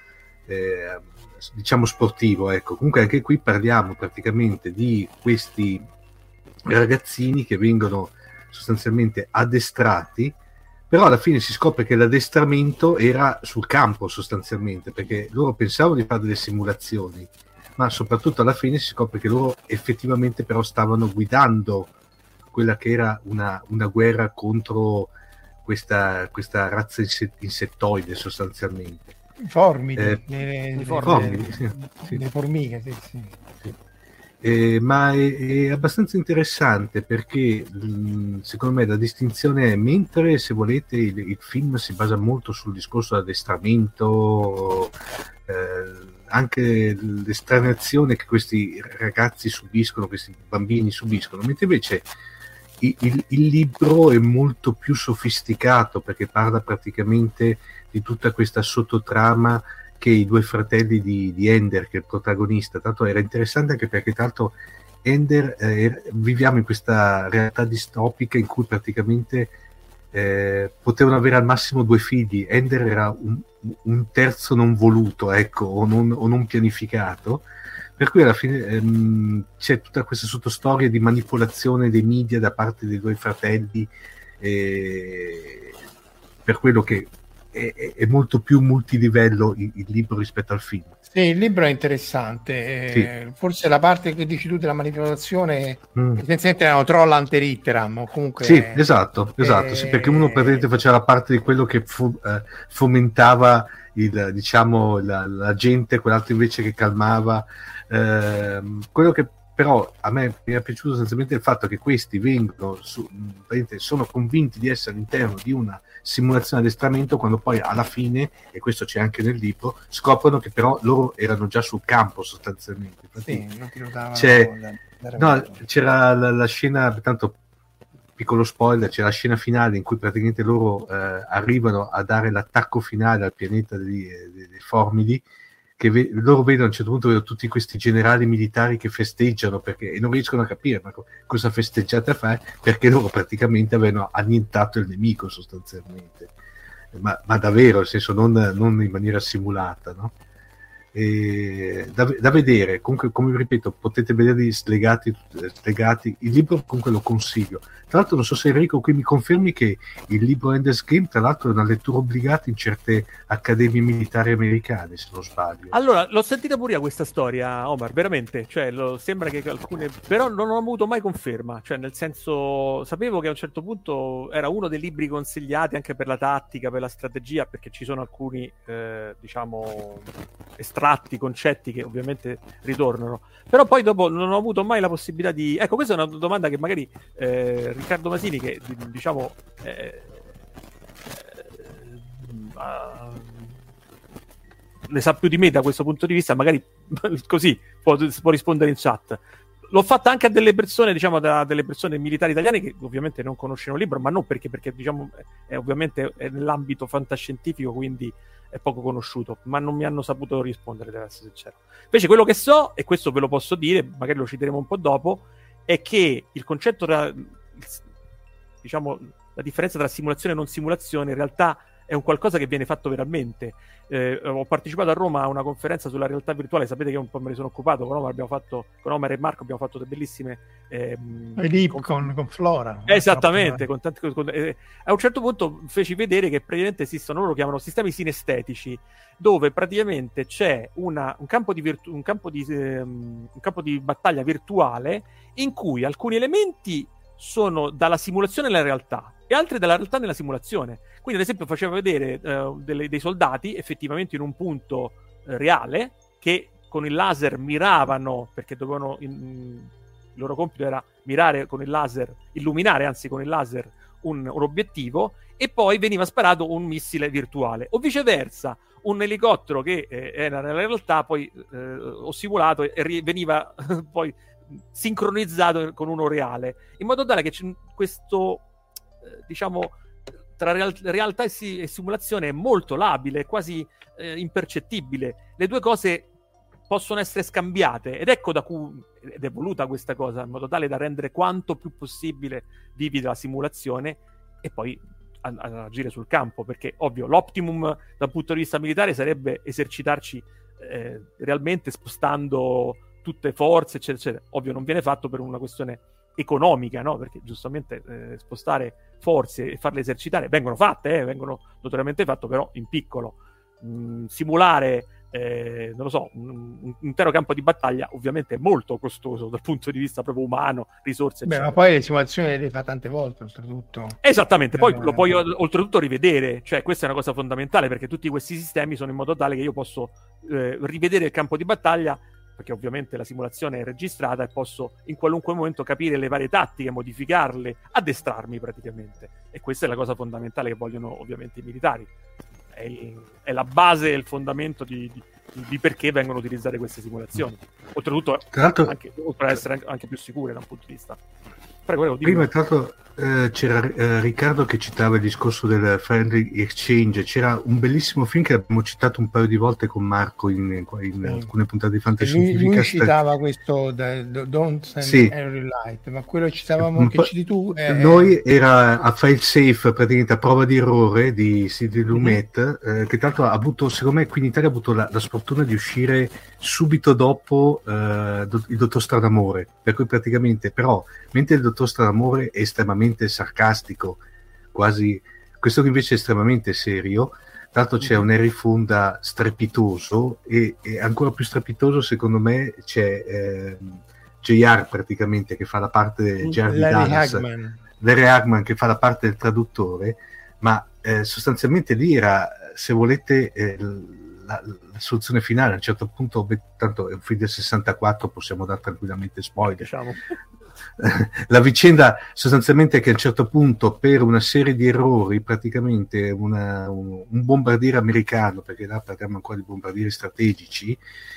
eh, diciamo sportivo, ecco. Comunque anche qui parliamo praticamente di questi ragazzini che vengono sostanzialmente addestrati, però alla fine si scopre che l'addestramento era sul campo sostanzialmente, perché loro pensavano di fare delle simulazioni, ma soprattutto alla fine si scopre che loro effettivamente però stavano guidando quella che era una, una guerra contro questa, questa razza insettoide sostanzialmente. Formidi, eh, le, le, formidi, le, sì, sì. le formiche, sì, sì. sì. Eh, ma è, è abbastanza interessante perché mh, secondo me la distinzione è, mentre se volete il, il film si basa molto sul discorso dell'addestramento, eh, anche l'estraneazione che questi ragazzi subiscono, questi bambini subiscono, mentre invece il, il, il libro è molto più sofisticato, perché parla praticamente di tutta questa sottotrama che i due fratelli di, di Ender, che è il protagonista, tanto era interessante anche perché tanto Ender, eh, viviamo in questa realtà distopica in cui praticamente eh, potevano avere al massimo due figli. Ender era un, un terzo non voluto, ecco, o non, o non pianificato, per cui alla fine ehm, c'è tutta questa sottostoria di manipolazione dei media da parte dei due fratelli, eh, per quello che è, è molto più multilivello il, il libro rispetto al film. Sì, il libro è interessante, Sì. eh, forse la parte che dici tu della manipolazione Mm. essenzialmente erano troll anteritteram, o comunque Sì, esatto, esatto, eh, sì, perché uno praticamente faceva la parte di quello che fu, eh, fomentava il, diciamo, la, la gente, quell'altro invece che calmava. Ehm, quello che però a me mi è piaciuto essenzialmente il fatto che questi vengono su, praticamente sono convinti di essere all'interno di una simulazione addestramento, quando poi alla fine, e questo c'è anche nel libro, scoprono che però loro erano già sul campo sostanzialmente. Infatti, sì, non pilotavano c'è- da- da no, remoto. c'era la, la scena, tanto piccolo spoiler, c'è la scena finale in cui praticamente loro eh, arrivano a dare l'attacco finale al pianeta dei, dei, dei Formidi, che ve- loro vedono a un certo punto vedono tutti questi generali militari che festeggiano perché, e non riescono a capire ma co- cosa festeggiate a fare, perché loro praticamente avevano annientato il nemico sostanzialmente, ma, ma davvero, nel senso non, non in maniera simulata, no? E da, da vedere, comunque, come ripeto, potete vederli slegati, slegati. Il libro comunque lo consiglio. Tra l'altro non so se Enrico qui mi confermi che il libro Ender's Game tra l'altro è una lettura obbligata in certe accademie militari americane, se non sbaglio. Allora, l'ho sentita pure io questa storia, Omar, veramente, cioè, lo, sembra che alcune, però non ho avuto mai conferma, cioè, nel senso, sapevo che a un certo punto era uno dei libri consigliati anche per la tattica, per la strategia, perché ci sono alcuni, eh, diciamo, estratti, concetti che ovviamente ritornano, però poi dopo non ho avuto mai la possibilità di... Ecco, questa è una domanda che magari eh, Riccardo Masini, che diciamo... Eh, Uh, ne sa più di me da questo punto di vista, magari così può, può rispondere in chat. L'ho fatta anche a delle persone, diciamo, da delle persone militari italiane che ovviamente non conoscono il libro, ma non perché, perché diciamo, è ovviamente è nell'ambito fantascientifico, quindi è poco conosciuto, ma non mi hanno saputo rispondere, devo essere sincero. Invece quello che so, e questo ve lo posso dire, magari lo citeremo un po' dopo, è che il concetto tra, diciamo, la differenza tra simulazione e non simulazione in realtà è un qualcosa che viene fatto veramente. Eh, ho partecipato a Roma a una conferenza sulla realtà virtuale, sapete che un po' me ne sono occupato, con Omar, abbiamo fatto, con Omar e Marco abbiamo fatto delle bellissime ehm, Lì con, con, con Flora. esattamente, con tanti, con, eh, a un certo punto feci vedere che praticamente esistono, loro chiamano sistemi sinestetici, dove praticamente c'è una, un, campo di virtu- un, campo di, ehm, un campo di battaglia virtuale in cui alcuni elementi sono dalla simulazione alla realtà e altri dalla realtà nella simulazione. Quindi ad esempio faceva vedere uh, delle, dei soldati effettivamente in un punto uh, reale che con il laser miravano, perché dovevano in, il loro compito era mirare con il laser, illuminare anzi con il laser un, un obiettivo, e poi veniva sparato un missile virtuale, o viceversa un elicottero che eh, era nella realtà poi eh, ho simulato e ri- veniva poi sincronizzato con uno reale, in modo tale che c'è questo eh, diciamo tra real- realtà e, si- e simulazione è molto labile, quasi eh, impercettibile. Le due cose possono essere scambiate, ed ecco da cui ed è voluta questa cosa, in modo tale da rendere quanto più possibile vivida la simulazione e poi a- a agire sul campo, perché ovvio l'optimum dal punto di vista militare sarebbe esercitarci eh, realmente spostando tutte forze, eccetera, eccetera. Ovvio non viene fatto per una questione economica, no? Perché giustamente eh, spostare forze e farle esercitare vengono fatte, eh, vengono notoriamente fatte, però in piccolo. Mm, simulare, eh, non lo so, un, un intero campo di battaglia ovviamente è molto costoso dal punto di vista proprio umano, risorse, Beh, eccetera. ma poi le simulazioni le fa tante volte, oltretutto. Esattamente, poi Eh, lo puoi oltretutto rivedere, cioè questa è una cosa fondamentale, perché tutti questi sistemi sono in modo tale che io posso eh, rivedere il campo di battaglia, perché ovviamente la simulazione è registrata, e posso in qualunque momento capire le varie tattiche, modificarle, addestrarmi praticamente. E questa è la cosa fondamentale che vogliono ovviamente i militari. è, il, è la base e il fondamento di, di, di perché vengono utilizzate queste simulazioni. Oltretutto, tra l'altro, anche, per essere anche più sicure da un punto di vista. Prego, prima, tra l'altro, eh, c'era eh, Riccardo che citava il discorso del friendly exchange. C'era un bellissimo film che abbiamo citato un paio di volte con Marco in, in, in mm. alcune puntate di Fantascientifica. Lui, lui citava questo da, da, Don't Send sì. Every Light, ma quello che citavamo che citi tu è... noi era a File Safe, praticamente a prova di errore di Sidney Lumet, mm-hmm. eh, che tra l'altro ha avuto, secondo me qui in Italia ha avuto la, la sfortuna di uscire subito dopo eh, il Dottor Stranamore, per cui praticamente però mentre il Dottor Stranamore è estremamente sarcastico, quasi, questo che invece è estremamente serio. Tra l'altro c'è un Harry Fonda strepitoso e, e ancora più strepitoso secondo me c'è eh, J R praticamente che fa la parte J R di Larry Dallas, Hagman. Larry Hagman che fa la parte del traduttore, ma eh, sostanzialmente lì era, se volete, eh, la, la soluzione finale. A un certo punto, beh, tanto è un film del sessantaquattro, possiamo dare tranquillamente spoiler, diciamo. La vicenda sostanzialmente è che a un certo punto, per una serie di errori, praticamente una, un, un bombardiere americano, perché là parliamo ancora di bombardieri strategici,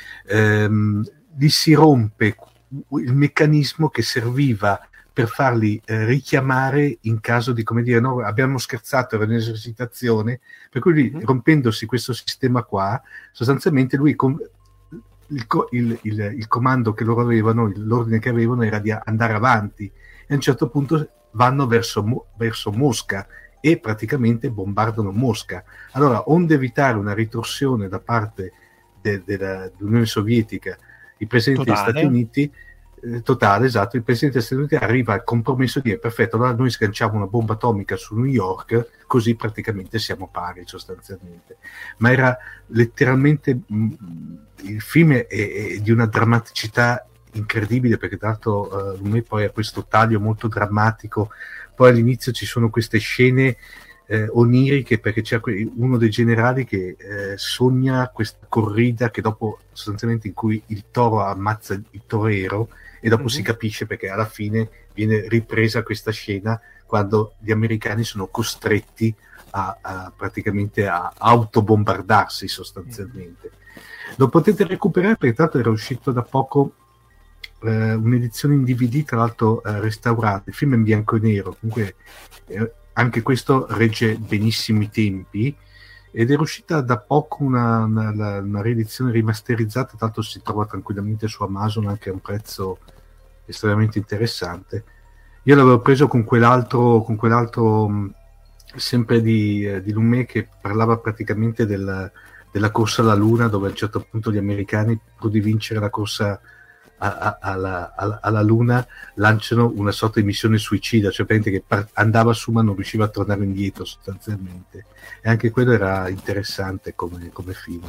ehm, gli si rompe il meccanismo che serviva per farli eh, richiamare in caso di, come dire, no, abbiamo scherzato, era un'esercitazione, per cui lui, mm-hmm. rompendosi questo sistema qua, sostanzialmente lui com- il, co- il, il, il comando che loro avevano, l'ordine che avevano era di andare avanti, e a un certo punto vanno verso, Mo- verso Mosca e praticamente bombardano Mosca. Allora, onde evitare una ritorsione da parte de- de- dell'Unione Sovietica, il presidente degli Stati Uniti totale, esatto, il presidente degli Stati Uniti arriva al compromesso di dire perfetto, allora noi sganciamo una bomba atomica su New York, così praticamente siamo pari sostanzialmente. Ma era letteralmente mh, il film è, è di una drammaticità incredibile, perché tanto uh, lui poi ha questo taglio molto drammatico, poi all'inizio ci sono queste scene eh, oniriche, perché c'è uno dei generali che eh, sogna questa corrida che dopo sostanzialmente in cui il toro ammazza il torero, e dopo mm-hmm. si capisce perché alla fine viene ripresa questa scena quando gli americani sono costretti a, a praticamente a autobombardarsi sostanzialmente. Mm-hmm. Lo potete recuperare perché tanto era uscito da poco eh, un'edizione in D V D, tra l'altro eh, restaurata. Il film è in bianco e nero, comunque eh, anche questo regge benissimo i tempi, ed era uscita da poco una, una, una riedizione rimasterizzata, tanto si trova tranquillamente su Amazon anche a un prezzo estremamente interessante. Io l'avevo preso con quell'altro, con quell'altro mh, sempre di, eh, di Lumet, che parlava praticamente del, della corsa alla Luna, dove a un certo punto gli americani, pur di vincere la corsa a, a, alla, alla, alla Luna, lanciano una sorta di missione suicida, cioè che par- andava su ma non riusciva a tornare indietro sostanzialmente, e anche quello era interessante come, come film.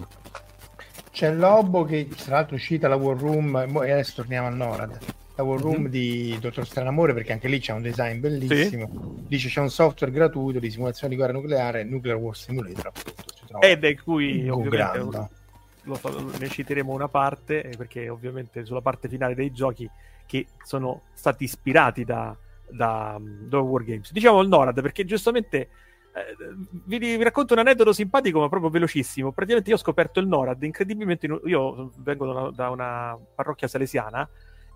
C'è Lobo che tra l'altro è uscita la War Room, e adesso torniamo al NORAD, la War Room mm-hmm. di Dottor Stranamore, perché anche lì c'è un design bellissimo, sì. Dice c'è un software gratuito di simulazione di guerra nucleare, Nuclear War Simulator appunto, ed è cui ovviamente lo, ne citeremo una parte, perché ovviamente sulla parte finale dei giochi che sono stati ispirati da, da, da War Games. Diciamo il NORAD perché giustamente eh, vi, vi racconto un aneddoto simpatico ma proprio velocissimo. Praticamente io ho scoperto il NORAD incredibilmente, io vengo da una, da una parrocchia salesiana,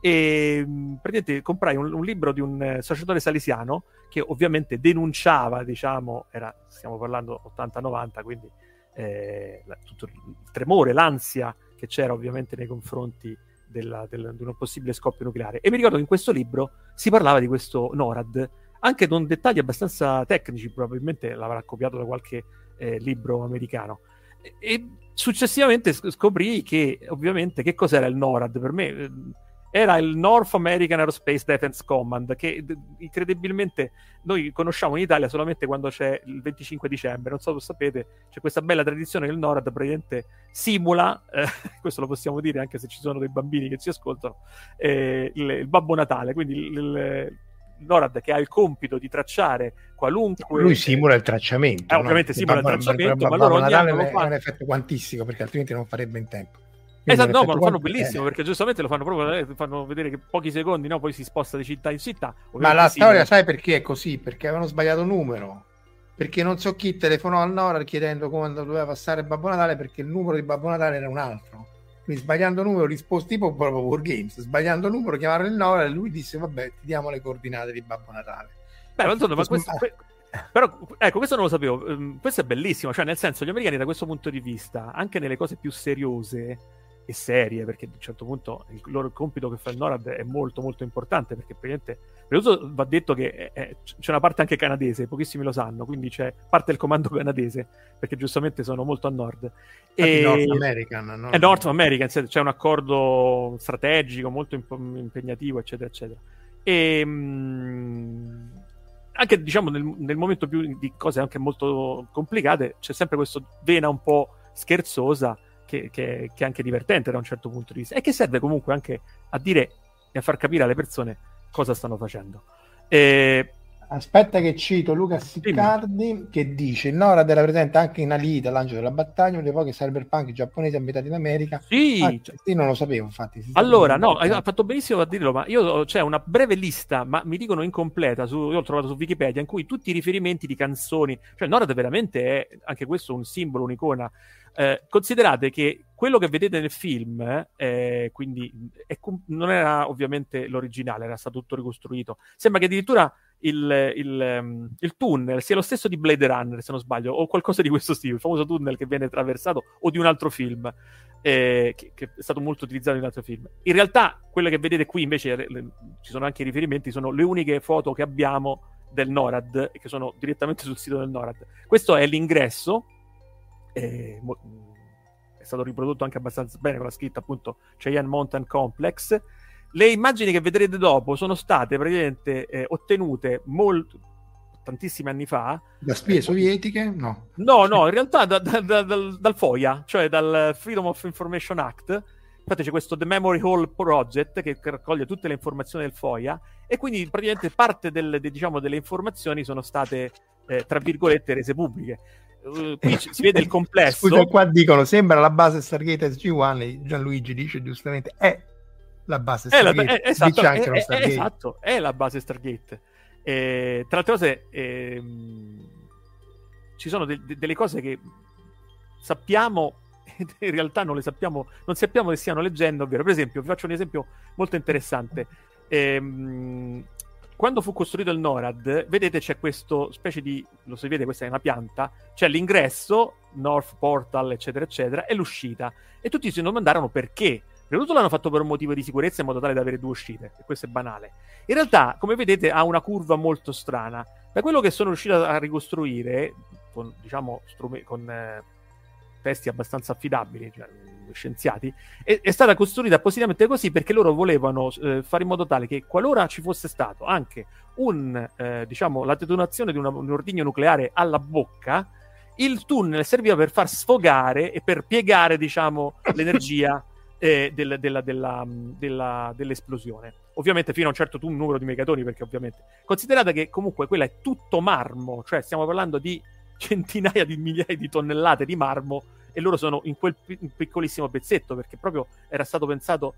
e praticamente comprai un, un libro di un sacerdote salesiano che ovviamente denunciava, diciamo, era, stiamo parlando ottanta novanta, quindi eh, tutto il tremore, l'ansia che c'era ovviamente nei confronti della, del, di un possibile scoppio nucleare. E mi ricordo che in questo libro si parlava di questo NORAD anche con dettagli abbastanza tecnici, probabilmente l'avrà copiato da qualche eh, libro americano, e, e successivamente scoprì che ovviamente che cos'era il NORAD. Per me eh, era il North American Aerospace Defense Command, che incredibilmente noi conosciamo in Italia solamente quando c'è il venticinque dicembre. Non so se sapete, c'è questa bella tradizione che il NORAD praticamente simula, eh, questo lo possiamo dire anche se ci sono dei bambini che ci ascoltano, eh, il, il Babbo Natale, quindi il, il, il NORAD che ha il compito di tracciare qualunque... Lui simula il tracciamento. Eh, ovviamente no? simula il, il tracciamento, ma loro ogni Natale anno è fa... un effetto quantistico, perché altrimenti non farebbe in tempo. Esatto, no, ma lo fanno bellissimo, perché giustamente lo fanno proprio, fanno vedere che pochi secondi, no, poi si sposta di città in città. Ma la storia, sai perché è così? Perché avevano sbagliato numero. perché non so chi telefonò al NORAD chiedendo quando doveva passare Babbo Natale, perché il numero di Babbo Natale era un altro. Quindi sbagliando numero risposto tipo proprio Wargames, sbagliando numero chiamarono il NORAD e lui disse vabbè, ti diamo le coordinate di Babbo Natale. Beh, ma insomma, ma questo, però ecco, questo non lo sapevo. Um, questo è bellissimo, cioè nel senso, gli americani da questo punto di vista, anche nelle cose più seriose e serie, perché a un certo punto il loro il compito che fa il NORAD è molto molto importante, perché praticamente va detto che è, è, c'è una parte anche canadese, pochissimi lo sanno, quindi c'è parte del comando canadese, perché giustamente sono molto a nord. E North American, no? È North American, c'è un accordo strategico molto imp- impegnativo, eccetera, eccetera. E mh, anche diciamo nel, nel momento più di cose anche molto complicate c'è sempre questa vena un po' scherzosa che, che, che è anche divertente da un certo punto di vista e che serve comunque anche a dire e a far capire alle persone cosa stanno facendo. E... Aspetta che cito Luca Siccardi che dice il NORAD era presente anche in Alita, l'angelo della battaglia, uno dei pochi cyberpunk giapponesi ambientati in America. Sì, ah, sì, non lo sapevo infatti. Allora, no, hai fatto benissimo a dirlo, ma io c'è una breve lista, ma mi dicono incompleta, su, io l'ho trovato su Wikipedia, in cui tutti i riferimenti di canzoni, cioè il NORAD veramente è anche questo un simbolo, un'icona. Eh, considerate che quello che vedete nel film eh, quindi è, non era ovviamente l'originale, era stato tutto ricostruito. Sembra che addirittura il, il, il tunnel sia lo stesso di Blade Runner, se non sbaglio, o qualcosa di questo stile, il famoso tunnel che viene attraversato, o di un altro film eh, che, che è stato molto utilizzato in un altro film. In realtà quelle che vedete qui invece le, le, ci sono anche i riferimenti, sono le uniche foto che abbiamo del NORAD e che sono direttamente sul sito del NORAD. Questo è l'ingresso. Eh, è stato riprodotto anche abbastanza bene con la scritta appunto Cheyenne Mountain Complex. Le immagini che vedrete dopo sono state praticamente eh, ottenute molto tantissimi anni fa da spie eh, sovietiche? No, no, no, in realtà da, da, da, dal, dal FOIA, cioè dal Freedom of Information Act. Infatti c'è questo The Memory Hall Project che raccoglie tutte le informazioni del FOIA e quindi praticamente parte del, de, diciamo, delle informazioni sono state eh, tra virgolette rese pubbliche. Uh, qui si vede il complesso. Scusa, qua dicono sembra la base Stargate S G uno e Gianluigi dice giustamente è la base Stargate. È la, è, esatto, dice anche è, lo Stargate. È, esatto, è la base Stargate. E, tra le altre cose ehm, ci sono de- de- delle cose che sappiamo in realtà non le sappiamo, non sappiamo che stiano leggendo, ovvero per esempio vi faccio un esempio molto interessante. ehm, Quando fu costruito il NORAD, vedete c'è questo specie di, lo si vede, questa è una pianta, c'è l'ingresso, North Portal, eccetera, eccetera, e l'uscita. E tutti si domandarono perché. Prima di tutto l'hanno fatto per un motivo di sicurezza in modo tale da avere due uscite, e questo è banale. In realtà, come vedete, ha una curva molto strana. Da quello che sono riuscito a ricostruire, con, diciamo, strumenti, con eh, testi abbastanza affidabili, cioè scienziati, è, è stata costruita appositamente così perché loro volevano eh, fare in modo tale che qualora ci fosse stato anche un eh, diciamo la detonazione di una, un ordigno nucleare alla bocca, il tunnel serviva per far sfogare e per piegare diciamo l'energia eh, del, della, della, della, dell'esplosione, ovviamente fino a un certo tu, numero di megatoni, perché ovviamente considerate che comunque quella è tutto marmo, cioè stiamo parlando di centinaia di migliaia di tonnellate di marmo e loro sono in quel pi- piccolissimo pezzetto, perché proprio era stato pensato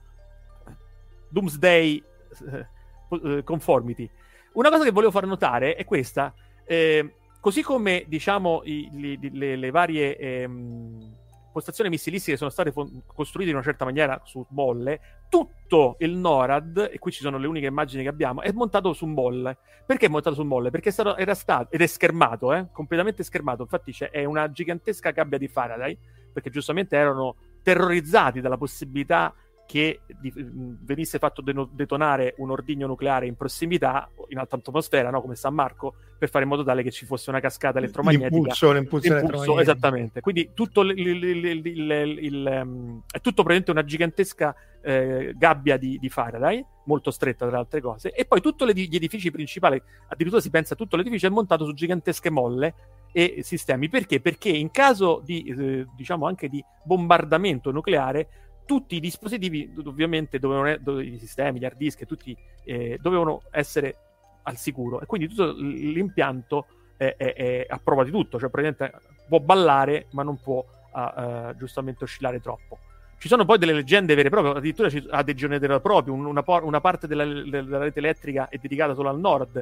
Doomsday eh, Conformity. Una cosa che volevo far notare è questa, eh, così come diciamo i, li, le, le varie ehm, postazioni missilistiche sono state fon- costruite in una certa maniera su bolle, tutto il NORAD, e qui ci sono le uniche immagini che abbiamo, è montato su bolle. Perché è montato su bolle? Perché è stato, era stato, ed è schermato, eh? completamente schermato, infatti c'è è una gigantesca gabbia di Faraday, perché giustamente erano terrorizzati dalla possibilità che di, venisse fatto de- detonare un ordigno nucleare in prossimità, in alta atmosfera, no? Come San Marco, per fare in modo tale che ci fosse una cascata elettromagnetica. L'impulso, l'impulso, l'impulso elettromagnetica. Esattamente. Quindi tutto il, il, il, il, il, il, um, è tutto praticamente una gigantesca eh, gabbia di, di Faraday, molto stretta tra le altre cose, e poi tutti gli edifici principali, addirittura si pensa tutto l'edificio è montato su gigantesche molle e sistemi. Perché? Perché in caso di, eh, diciamo anche di bombardamento nucleare, tutti i dispositivi ovviamente dovevano, dove, i sistemi, gli hard disk, tutti eh, dovevano essere al sicuro, e quindi tutto l'impianto è, è, è a prova di tutto, cioè praticamente può ballare ma non può uh, uh, giustamente oscillare troppo. Ci sono poi delle leggende vere e proprie, addirittura ha dei giorni veri e propri, una, una parte della, della rete elettrica è dedicata solo al nord,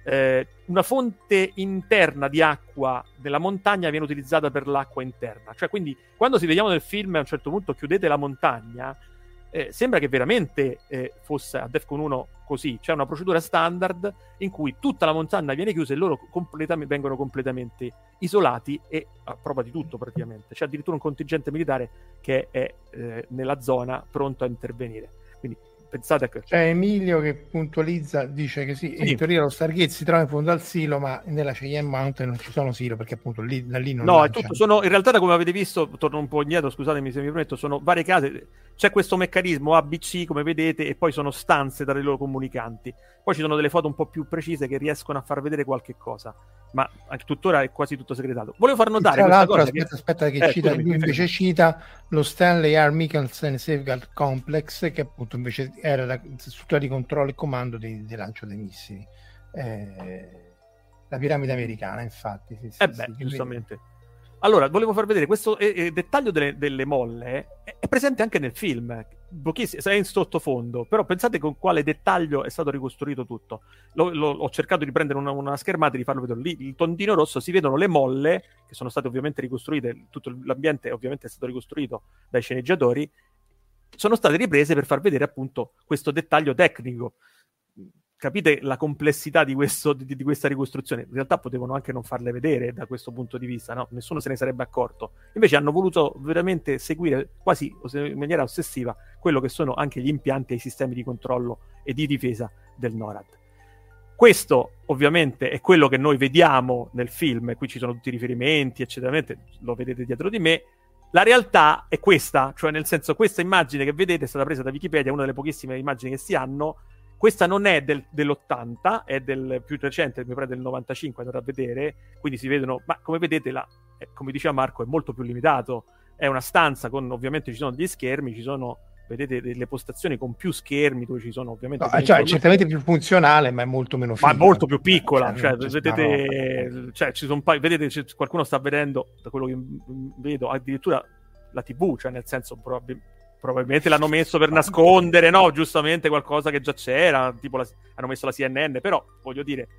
eh, una fonte interna di acqua della montagna viene utilizzata per l'acqua interna. Cioè, quindi, quando si vediamo nel film, a un certo punto chiudete la montagna, eh, sembra che veramente eh, fosse a Defcon uno così. C'è una procedura standard in cui tutta la montagna viene chiusa e loro completamente, vengono completamente isolati e a prova di tutto praticamente. C'è addirittura un contingente militare che è eh, nella zona pronto a intervenire. Quindi pensate a che... C'è Emilio che puntualizza, dice che sì, sì, in teoria lo Stargate si trova in fondo al silo, ma nella Cheyenne Mountain non ci sono silo, perché appunto lì, da lì non no, lanciano. è tutto, sono, in realtà, come avete visto, torno un po' indietro, scusatemi se mi permetto, sono varie case, c'è questo meccanismo A B C, come vedete, e poi sono stanze tra i loro comunicanti. Poi ci sono delle foto un po' più precise che riescono a far vedere qualche cosa, ma anche tuttora è quasi tutto segretato. Volevo far notare tra questa l'altro, cosa aspetta, che... aspetta che eh, cita, scusami, lui invece cita lo Stanley R. Michelson Safeguard Complex, che appunto invece era la struttura di controllo e comando di, di lancio dei missili. Eh, la piramide americana, infatti. Sì, sì, eh beh, sì, giustamente. Vedi. Allora, volevo far vedere questo eh, eh, dettaglio delle, delle molle, è, è presente anche nel film, pochissimo, è in sottofondo, però pensate con quale dettaglio è stato ricostruito tutto. Lo, lo, ho cercato di prendere una, una schermata e di farlo vedere lì, il tondino rosso, si vedono le molle, che sono state ovviamente ricostruite, tutto l'ambiente ovviamente è stato ricostruito dai sceneggiatori, sono state riprese per far vedere appunto questo dettaglio tecnico. Capite la complessità di, questo, di, di questa ricostruzione? In realtà potevano anche non farle vedere da questo punto di vista, no? Nessuno se ne sarebbe accorto. Invece hanno voluto veramente seguire quasi in maniera ossessiva quello che sono anche gli impianti e i sistemi di controllo e di difesa del NORAD. Questo ovviamente è quello che noi vediamo nel film, qui ci sono tutti i riferimenti, eccetera, lo vedete dietro di me. La realtà è questa, cioè nel senso, questa immagine che vedete è stata presa da Wikipedia, una delle pochissime immagini che si hanno. Questa non è del, dell'ottanta, è del più recente, mi pare del novantacinque, andate a vedere, quindi si vedono, ma come vedete, la, eh, come diceva Marco, è molto più limitato, è una stanza con, ovviamente ci sono degli schermi, ci sono, vedete, delle postazioni con più schermi, dove ci sono ovviamente... No, cioè, certamente più funzionale, ma è molto meno figa. Ma è molto più piccola, cioè, cioè, vedete, cioè, ci sono pa- vedete, c- qualcuno sta vedendo, da quello che m- vedo, addirittura la tivù, cioè nel senso, probabilmente... probabilmente l'hanno messo per nascondere, no? Giustamente qualcosa che già c'era, tipo la, hanno messo la C N N, però voglio dire,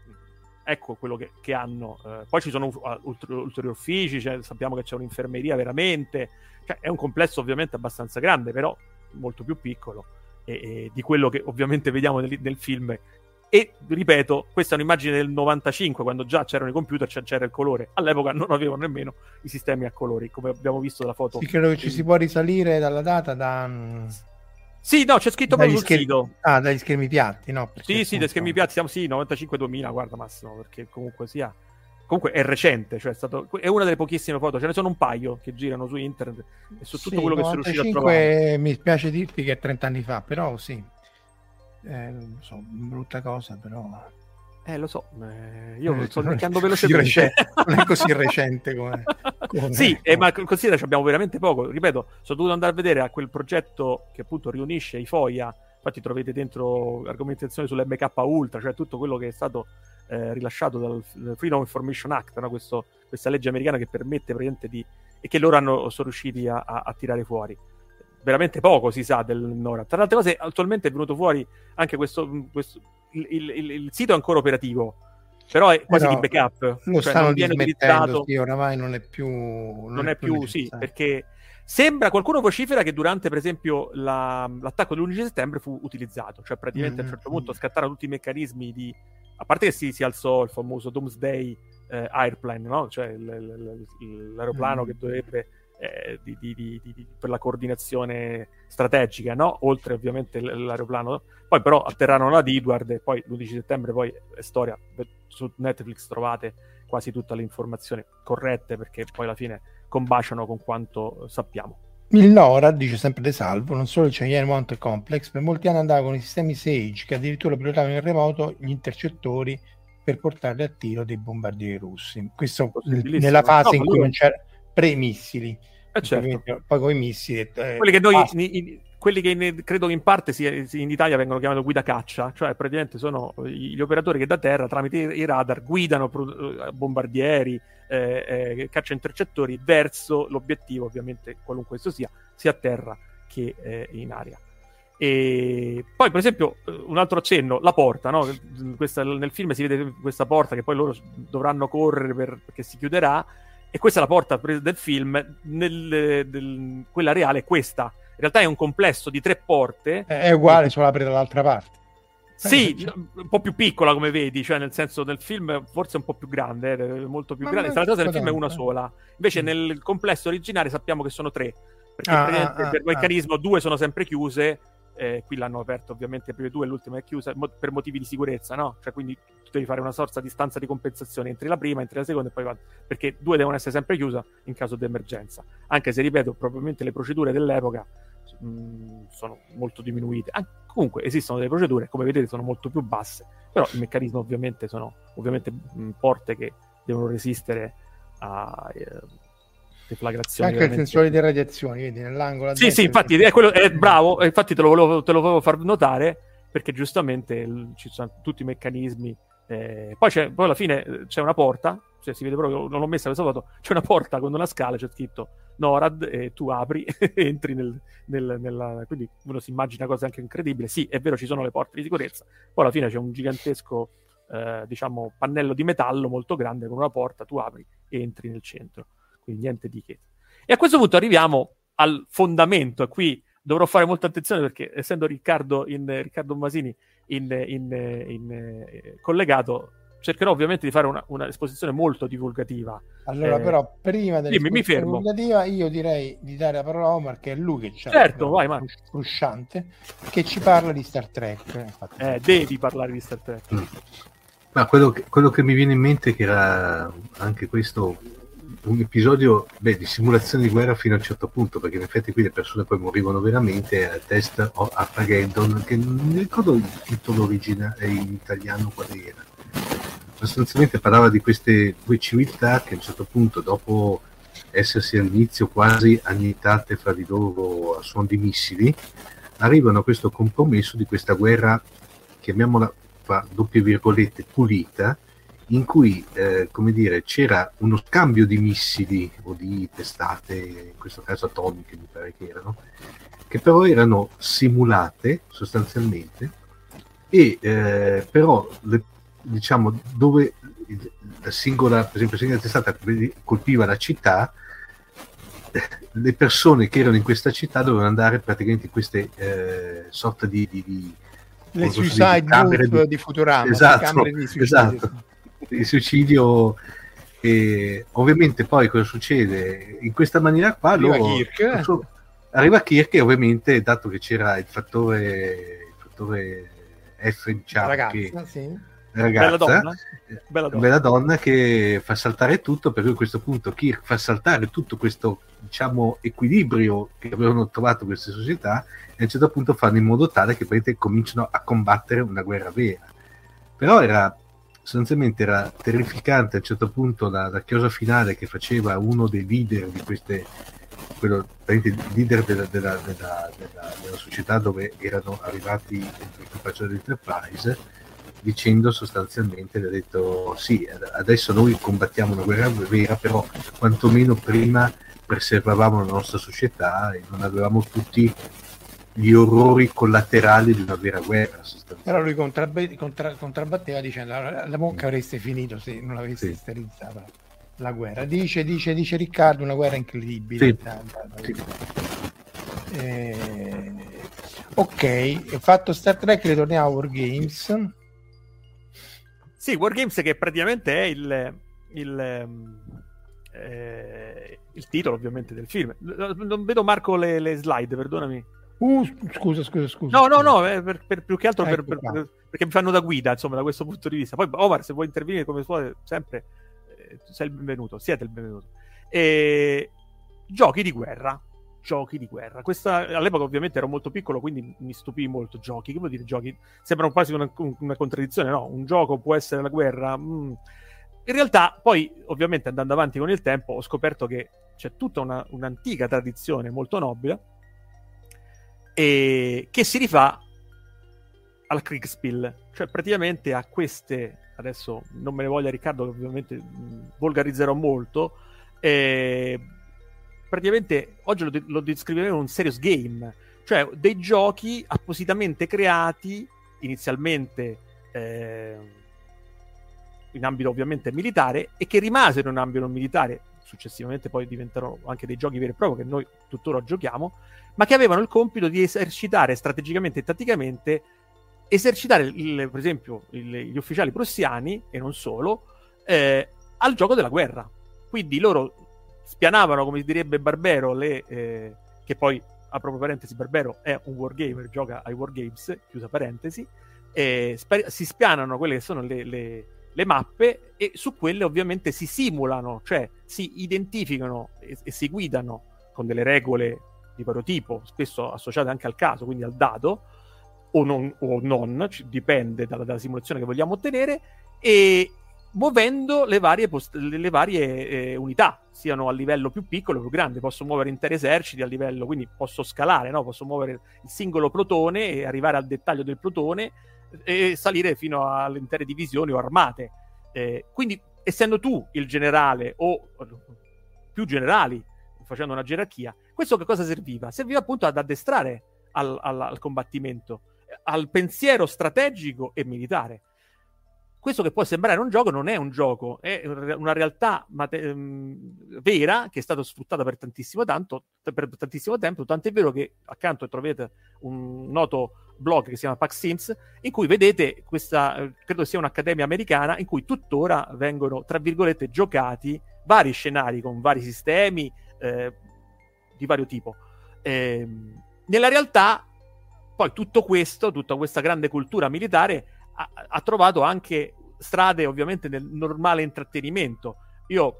ecco quello che, che hanno. Eh, poi ci sono ulteri, ulteriori uffici, cioè, sappiamo che c'è un'infermeria veramente, cioè, è un complesso ovviamente abbastanza grande, però molto più piccolo e, e di quello che ovviamente vediamo nel, nel film. E ripeto, questa è un'immagine del novantacinque, quando già c'erano i computer, c'era il colore. All'epoca non avevano nemmeno i sistemi a colori, come abbiamo visto dalla foto. Sì, credo che ci si può risalire dalla data da... Sì, no, c'è scritto proprio sul schermi... sito. Ah, dagli schermi piatti, no? Sì, appunto... sì, dagli schermi piatti, siamo sì, novantacinque duemila, guarda Massimo, perché comunque sia... Comunque è recente, cioè è, stato... è una delle pochissime foto, ce ne sono un paio che girano su internet e su tutto sì, quello che sono riuscito a trovare. Mi spiace dirti che è trenta anni fa, però sì. Eh, non so, brutta cosa, però... Eh, lo so, eh, io eh, sto invecchiando velocemente. Non è così recente come... come... Sì, eh, ma considera che abbiamo veramente poco. Ripeto, sono dovuto andare a vedere a quel progetto che appunto riunisce i FOIA. Infatti trovate dentro argomentazioni sull'M K Ultra, cioè tutto quello che è stato eh, rilasciato dal Freedom Information Act, no? Questo, questa legge americana che permette praticamente di... e che loro hanno, sono riusciti a, a, a tirare fuori. Veramente poco si sa del NORAD. Tra le altre cose, attualmente è venuto fuori anche questo, questo il, il, il sito è ancora operativo, però è quasi però di backup. Lo cioè stanno non viene utilizzato. Sì, oramai non è più non, non è, è più, più sì, perché sembra, qualcuno vocifera che durante per esempio la, l'attacco dell'undici settembre fu utilizzato, cioè praticamente mm-hmm. a un certo punto scattarono tutti i meccanismi di, a parte che si, si alzò il famoso Doomsday eh, Airplane, no? Cioè l, l, l, l'aeroplano mm-hmm. che dovrebbe Eh, di, di, di, di, per la coordinazione strategica, no? Oltre ovviamente l'aeroplano, poi però atterrarono ad Edward e poi l'undici settembre poi è storia, su Netflix trovate quasi tutte le informazioni corrette perché poi alla fine combaciano con quanto sappiamo. Il NORAD, dice sempre De Salvo, non solo il Cheyenne Mountain Complex, per molti anni andava con i sistemi Sage che addirittura pilotavano in remoto gli intercettori per portarli a tiro dei bombardieri russi. Questo nella fase no, in cui lui... non c'era pre-missili, eh certo. Poi con i missili eh, quelli che noi in, in, quelli che in, credo che in parte si, in Italia vengono chiamati guida caccia, cioè praticamente sono gli operatori che da terra tramite i radar guidano bombardieri eh, eh, caccia intercettori verso l'obiettivo, ovviamente qualunque esso sia, sia a terra che eh, in aria. E poi, per esempio, un altro accenno, la porta, no? Questa, nel film si vede questa porta che poi loro dovranno correre per, perché si chiuderà, e questa è la porta del film. Nel, del, quella reale è questa. In realtà è un complesso di tre porte. È uguale, e... solo apre dall'altra parte. Sì, un po' più piccola come vedi, cioè nel senso nel film forse un po' più grande, eh, molto più ma grande. Tra l'altro nel film è una sola. Invece mm. nel complesso originale sappiamo che sono tre, perché ah, praticamente ah, per ah, meccanismo ah. due sono sempre chiuse. Eh, qui l'hanno aperto ovviamente le prime due, l'ultima è chiusa mo- per motivi di sicurezza, no? Cioè quindi tu devi fare una sorta di stanza di compensazione, entri la prima, entri la seconda e poi va, perché due devono essere sempre chiuse in caso di emergenza, anche se ripeto probabilmente le procedure dell'epoca mh, sono molto diminuite. Ah, comunque esistono delle procedure, come vedete sono molto più basse, però il meccanismo ovviamente sono ovviamente mh, porte che devono resistere a eh, deflagrazioni. Anche veramente... i sensori di radiazioni, vedi, nell'angolo. Sì, sì, infatti è quello, è bravo, infatti te lo volevo, te lo volevo far notare, perché giustamente il, ci sono tutti i meccanismi. Eh, poi, c'è, poi alla fine c'è una porta, cioè si vede proprio, non l'ho messa questa foto, c'è una porta con una scala, c'è scritto NORAD, e tu apri e entri nel, nel, nella... Quindi uno si immagina cose anche incredibili. Sì, è vero, ci sono le porte di sicurezza, poi alla fine c'è un gigantesco, eh, diciamo, pannello di metallo molto grande con una porta, tu apri e entri nel centro. Quindi niente di che. E a questo punto arriviamo al fondamento, e qui dovrò fare molta attenzione perché essendo Riccardo, in, Riccardo Masini in, in, in, in eh, collegato, cercherò ovviamente di fare una, una esposizione molto divulgativa. Allora eh, però prima dell'esposizione divulgativa io direi di dare la parola a Omar, che è lui che c'ha certo, vai, man. frusciante, che ci parla di Star Trek. Infatti. Eh, devi parlare di Star Trek. Mm. Ma quello che, quello che mi viene in mente è che era anche questo un episodio beh, di simulazione di guerra fino a un certo punto, perché in effetti qui le persone poi morivano veramente. A test o Armageddon, che non mi ricordo il titolo originale in italiano quale era, sostanzialmente parlava di queste due civiltà che a un certo punto, dopo essersi all'inizio quasi annientate fra di loro a suon di missili, arrivano a questo compromesso di questa guerra, chiamiamola fra doppie virgolette pulita, in cui eh, come dire, c'era uno scambio di missili o di testate, in questo caso atomiche mi pare che erano, che però erano simulate sostanzialmente, e eh, però le, diciamo dove la singola, per esempio la singola testata colpiva la città, le persone che erano in questa città dovevano andare praticamente in queste eh, sorta di, di, di le suicide booth di, di Futurama, esatto, di esatto. Il suicidio. E ovviamente poi cosa succede in questa maniera qua? Arriva loro, Kirk so, arriva Kirk e ovviamente, dato che c'era il fattore il fattore F in chat, ragazza, che, sì. ragazza bella, donna. Bella, donna. bella donna che fa saltare tutto, per cui a questo punto Kirk fa saltare tutto questo, diciamo, equilibrio che avevano trovato queste società, e a un certo punto fanno in modo tale che cominciano a combattere una guerra vera. Però era sostanzialmente era terrificante a un certo punto la, la chiosa finale che faceva uno dei leader di queste, quello il leader della, della, della, della, della società dove erano arrivati l'equipaggio dell'Enterprise, dicendo sostanzialmente, ha detto sì, adesso noi combattiamo una guerra vera, però quantomeno prima preservavamo la nostra società e non avevamo tutti gli orrori collaterali di una vera guerra. Però lui contrab- contra- contrabbatteva dicendo la, la monca avreste finito se non avessi sì. sterilizzata la guerra. Dice, dice, dice Riccardo, una guerra incredibile. Sì. Sì. Eh, ok, fatto Star Trek, ritorniamo a Wargames. Sì, Wargames che praticamente è il il, eh, il titolo ovviamente del film. Non vedo Marco le, le slide, perdonami. Uh, scusa, scusa, scusa. No, no, no, eh, per, per, più che altro ecco per, per, perché mi fanno da guida, insomma, da questo punto di vista. Poi, Omar, se vuoi intervenire come vuoi, sempre, eh, sei il benvenuto, siete il benvenuto. E... Giochi di guerra. Giochi di guerra. Questa, all'epoca ovviamente ero molto piccolo, quindi mi stupì molto. Giochi, che vuol dire giochi? Sembra quasi una, una contraddizione, no? Un gioco può essere la guerra? Mm. In realtà, poi, ovviamente, andando avanti con il tempo, ho scoperto che c'è tutta una, un'antica tradizione molto nobile, e che si rifà al Kriegspiel, cioè praticamente a queste, adesso non me ne voglia Riccardo che ovviamente mh, volgarizzerò molto, eh, praticamente oggi lo, de- lo descriveremo un serious game, cioè dei giochi appositamente creati inizialmente eh, in ambito ovviamente militare e che rimasero in ambito militare, successivamente poi diventarono anche dei giochi veri e propri che noi tuttora giochiamo, ma che avevano il compito di esercitare strategicamente e tatticamente, esercitare il, per esempio il, gli ufficiali prussiani e non solo eh, al gioco della guerra. Quindi loro spianavano, come si direbbe Barbero, le, eh, che poi, a proprio parentesi, Barbero è un wargamer, gioca ai wargames, chiusa parentesi, e sp- si spianano quelle che sono le, le, le mappe e su quelle ovviamente si simulano, cioè si identificano e, e si guidano con delle regole di vario tipo, spesso associate anche al caso, quindi al dado, o non, o non dipende dalla, dalla simulazione che vogliamo ottenere, e muovendo le varie, post- le varie eh, unità, siano a livello più piccolo o più grande. Posso muovere interi eserciti a livello, quindi posso scalare, no? Posso muovere il singolo plotone e arrivare al dettaglio del plotone e salire fino alle intere divisioni o armate. Eh, quindi, essendo tu il generale o più generali, facendo una gerarchia, questo che cosa serviva? Serviva appunto ad addestrare al, al, al combattimento, al pensiero strategico e militare. Questo che può sembrare un gioco non è un gioco, è una realtà mate- mh, vera che è stata sfruttata per tantissimo, tanto, per tantissimo tempo, tant'è vero che accanto trovate un noto blog che si chiama Pax Sims, in cui vedete questa, eh, credo sia un'accademia americana, in cui tuttora vengono, tra virgolette, giocati vari scenari con vari sistemi eh, di vario tipo. Eh, nella realtà, poi tutto questo, tutta questa grande cultura militare ha, ha trovato anche strade ovviamente nel normale intrattenimento. Io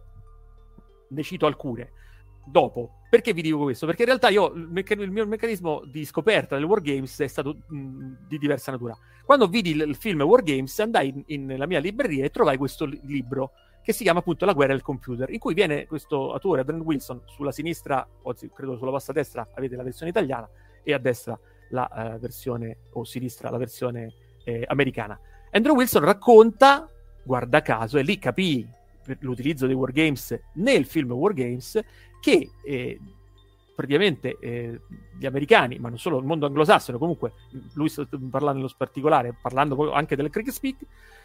ne cito alcune dopo. Perché vi dico questo? Perché in realtà io il, meccan- il mio meccanismo di scoperta del Wargames è stato mh, di diversa natura. Quando vidi il, il film Wargames, andai in, in, nella mia libreria e trovai questo li- libro che si chiama appunto La guerra del computer, in cui viene questo autore, Brent Wilson, sulla sinistra, o credo sulla vostra destra avete la versione italiana e a destra la uh, versione, o sinistra la versione eh, americana. Andrew Wilson racconta, guarda caso, e lì capii per l'utilizzo dei wargames nel film Wargames, che eh, praticamente eh, gli americani, ma non solo il mondo anglosassone, comunque lui sta parlando nello particolare, parlando anche del Kriegsspeak,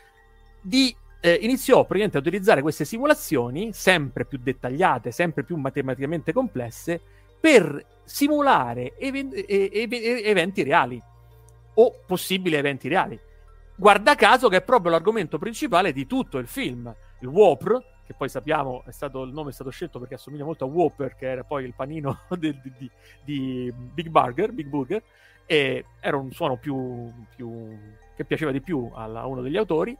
di eh, iniziò praticamente a utilizzare queste simulazioni sempre più dettagliate, sempre più matematicamente complesse, per simulare even- e- e- eventi reali o possibili eventi reali. Guarda caso che è proprio l'argomento principale di tutto il film. Il Whopper, che poi sappiamo è stato, il nome è stato scelto perché assomiglia molto a Whopper, che era poi il panino di, di, di Big Burger, Big Burger, e era un suono più, più che piaceva di più a uno degli autori,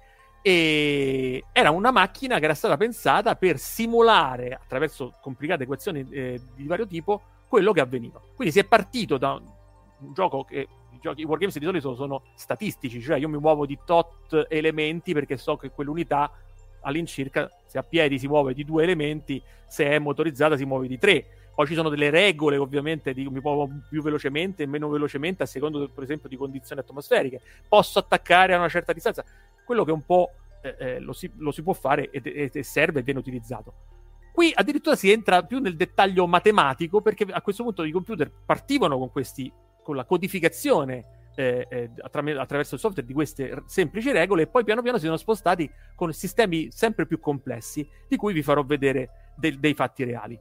e era una macchina che era stata pensata per simulare attraverso complicate equazioni eh, di vario tipo quello che avveniva. Quindi si è partito da un gioco che i giochi i wargames di solito sono statistici, cioè io mi muovo di tot elementi perché so che quell'unità all'incirca, se a piedi si muove di due elementi, se è motorizzata si muove di tre. Poi ci sono delle regole, ovviamente, di, mi muovo più velocemente e meno velocemente a secondo, per esempio, di condizioni atmosferiche. Posso attaccare a una certa distanza. Quello che un po' eh, eh, lo, si, lo si può fare e, e serve e viene utilizzato. Qui addirittura si entra più nel dettaglio matematico, perché a questo punto i computer partivano con questi, con la codificazione eh, eh, attra- attraverso il software di queste semplici regole, e poi piano piano si sono spostati con sistemi sempre più complessi, di cui vi farò vedere de- dei fatti reali.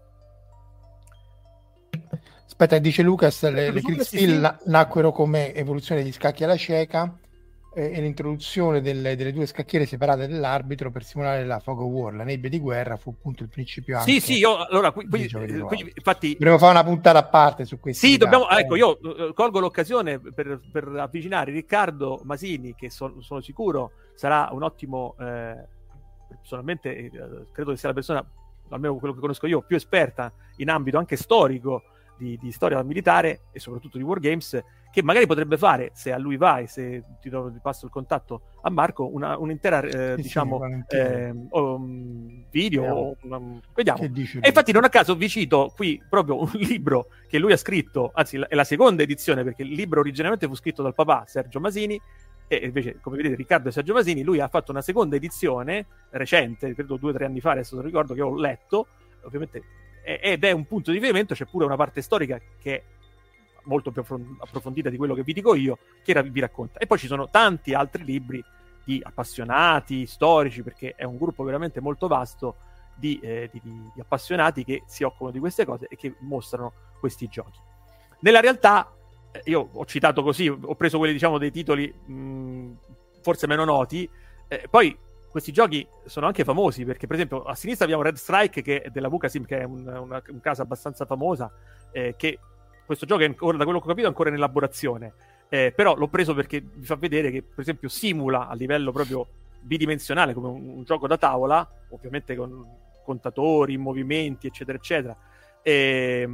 Aspetta, dice Lucas, le, le Kriegspiel sì. na- nacquero come evoluzione degli scacchi alla cieca eh, e l'introduzione delle, delle due scacchiere separate dell'arbitro per simulare la fog of war, la nebbia di guerra, fu appunto il principio anche. Sì, sì, io allora qui, qui, qui, qui, infatti dovremmo fare una puntata a parte su questo. Sì, dobbiamo, ecco, io uh, colgo l'occasione per, per avvicinare Riccardo Masini, che so, sono sicuro sarà un ottimo eh, personalmente eh, credo che sia la persona, almeno quello che conosco io, più esperta in ambito anche storico Di, di storia militare e soprattutto di wargames, che magari potrebbe fare, se a lui va e se ti, do, ti passo il contatto a Marco, una, un'intera eh, sì, diciamo sì, eh, um, video o, um, vediamo. E infatti non a caso vi cito qui proprio un libro che lui ha scritto, anzi è la seconda edizione, perché il libro originalmente fu scritto dal papà Sergio Masini e invece, come vedete, Riccardo e Sergio Masini, lui ha fatto una seconda edizione recente, credo due o tre anni fa, adesso non ricordo, che ho letto ovviamente, ed è un punto di riferimento. C'è pure una parte storica che è molto più approfondita di quello che vi dico io, che vi racconta. E poi ci sono tanti altri libri di appassionati, storici, perché è un gruppo veramente molto vasto di, eh, di, di appassionati che si occupano di queste cose e che mostrano questi giochi. Nella realtà, eh, io ho citato così, ho preso quelli, diciamo, dei titoli mh, forse meno noti, eh, poi questi giochi sono anche famosi, perché per esempio a sinistra abbiamo Red Strike, che è della Vukasim, che è un, una, un casa abbastanza famosa, eh, che questo gioco è ancora, da quello che ho capito, è ancora in elaborazione, eh, però l'ho preso perché vi fa vedere che per esempio simula a livello proprio bidimensionale come un, un gioco da tavola, ovviamente con contatori, movimenti, eccetera eccetera, e,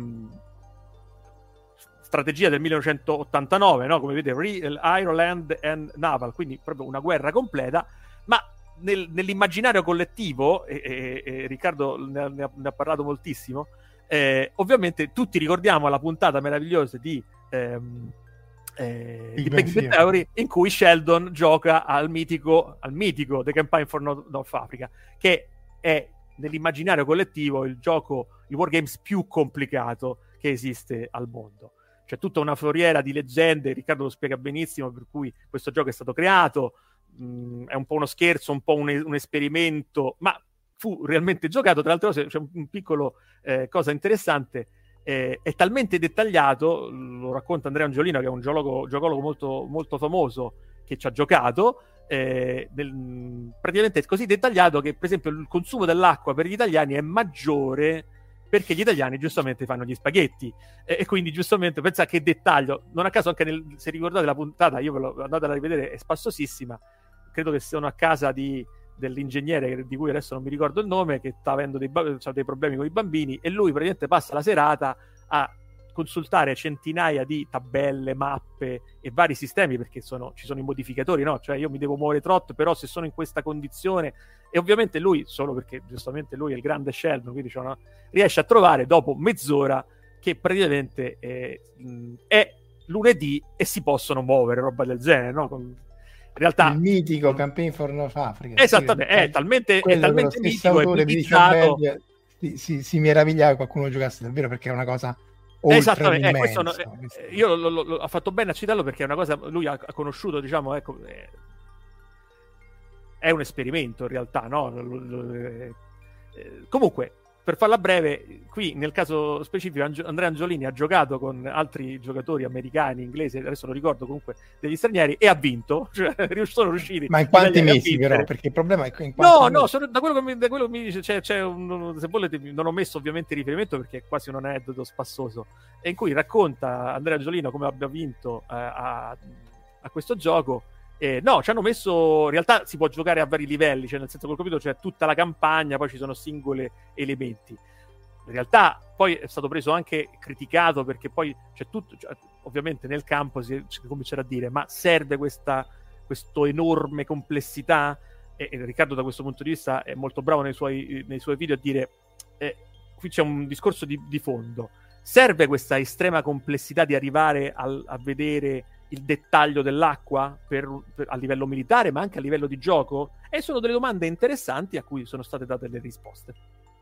strategia del millenovecentottantanove, no? Come vedete, Real Ireland and Naval, quindi proprio una guerra completa, ma nel, nell'immaginario collettivo, e, e, e Riccardo ne ha, ne ha parlato moltissimo, eh, ovviamente tutti ricordiamo la puntata meravigliosa di, ehm, eh, di Big Bang Theory, in cui Sheldon gioca al mitico, al mitico The Campaign for North Africa, che è nell'immaginario collettivo il gioco, il wargames più complicato che esiste al mondo. C'è tutta una foriera di leggende, Riccardo lo spiega benissimo, per cui questo gioco è stato creato, mh, è un po' uno scherzo, un po' un, un esperimento, ma fu realmente giocato. Tra l'altro c'è un, un piccolo eh, cosa interessante, eh, è talmente dettagliato, lo racconta Andrea Angiolino, che è un geologo, geologo molto, molto famoso, che ci ha giocato, eh, del, praticamente è così dettagliato che per esempio il consumo dell'acqua per gli italiani è maggiore, perché gli italiani giustamente fanno gli spaghetti, e, e quindi giustamente pensa che dettaglio, non a caso anche nel, se ricordate la puntata, io ve l'ho andata a rivedere, è spassosissima, credo che siano a casa di, dell'ingegnere di cui adesso non mi ricordo il nome, che sta avendo dei, cioè, dei problemi con i bambini, e lui praticamente passa la serata a consultare centinaia di tabelle, mappe e vari sistemi, perché sono, ci sono i modificatori, no? Cioè io mi devo muovere trot, però se sono in questa condizione, e ovviamente lui, solo perché giustamente lui è il grande Sheldon, quindi cioè, no? riesce a trovare dopo mezz'ora che praticamente è, è lunedì e si possono muovere, roba del genere, no? Con, in realtà il mitico Campaign for North Africa, esattamente, sì, è talmente, è talmente mitico e mitizzato, si, si, si meraviglia che qualcuno giocasse davvero, perché è una cosa esattamente, eh, questo no, eh, io lo, lo, lo, ho fatto bene a citarlo, perché è una cosa, lui ha, ha conosciuto, diciamo, ecco, eh, è un esperimento in realtà, no? Lo, lo, eh, comunque, per farla breve, qui nel caso specifico Angio- Andrea Angiolini ha giocato con altri giocatori americani, inglesi, adesso non ricordo, comunque degli stranieri, e ha vinto, cioè sono riusciti. Ma in quanti mesi però? Perché il problema è che in quanti no, mesi... no, sono, da, quello che mi, da quello che mi dice, c'è, c'è un, se volete, non ho messo ovviamente riferimento perché è quasi un aneddoto spassoso, in cui racconta Andrea Angiolino come abbia vinto eh, a, a questo gioco. Eh, no, ci hanno messo, in realtà si può giocare a vari livelli, cioè nel senso che ho capito c'è tutta la campagna, poi ci sono singoli elementi. In realtà poi è stato preso anche criticato, perché poi c'è tutto, cioè, ovviamente nel campo si, si comincerà a dire, ma serve questa questo enorme complessità? E, e Riccardo da questo punto di vista è molto bravo nei suoi, nei suoi video a dire, eh, qui c'è un discorso di, di fondo, serve questa estrema complessità di arrivare al, a vedere il dettaglio dell'acqua per, per, a livello militare, ma anche a livello di gioco? E sono delle domande interessanti a cui sono state date le risposte.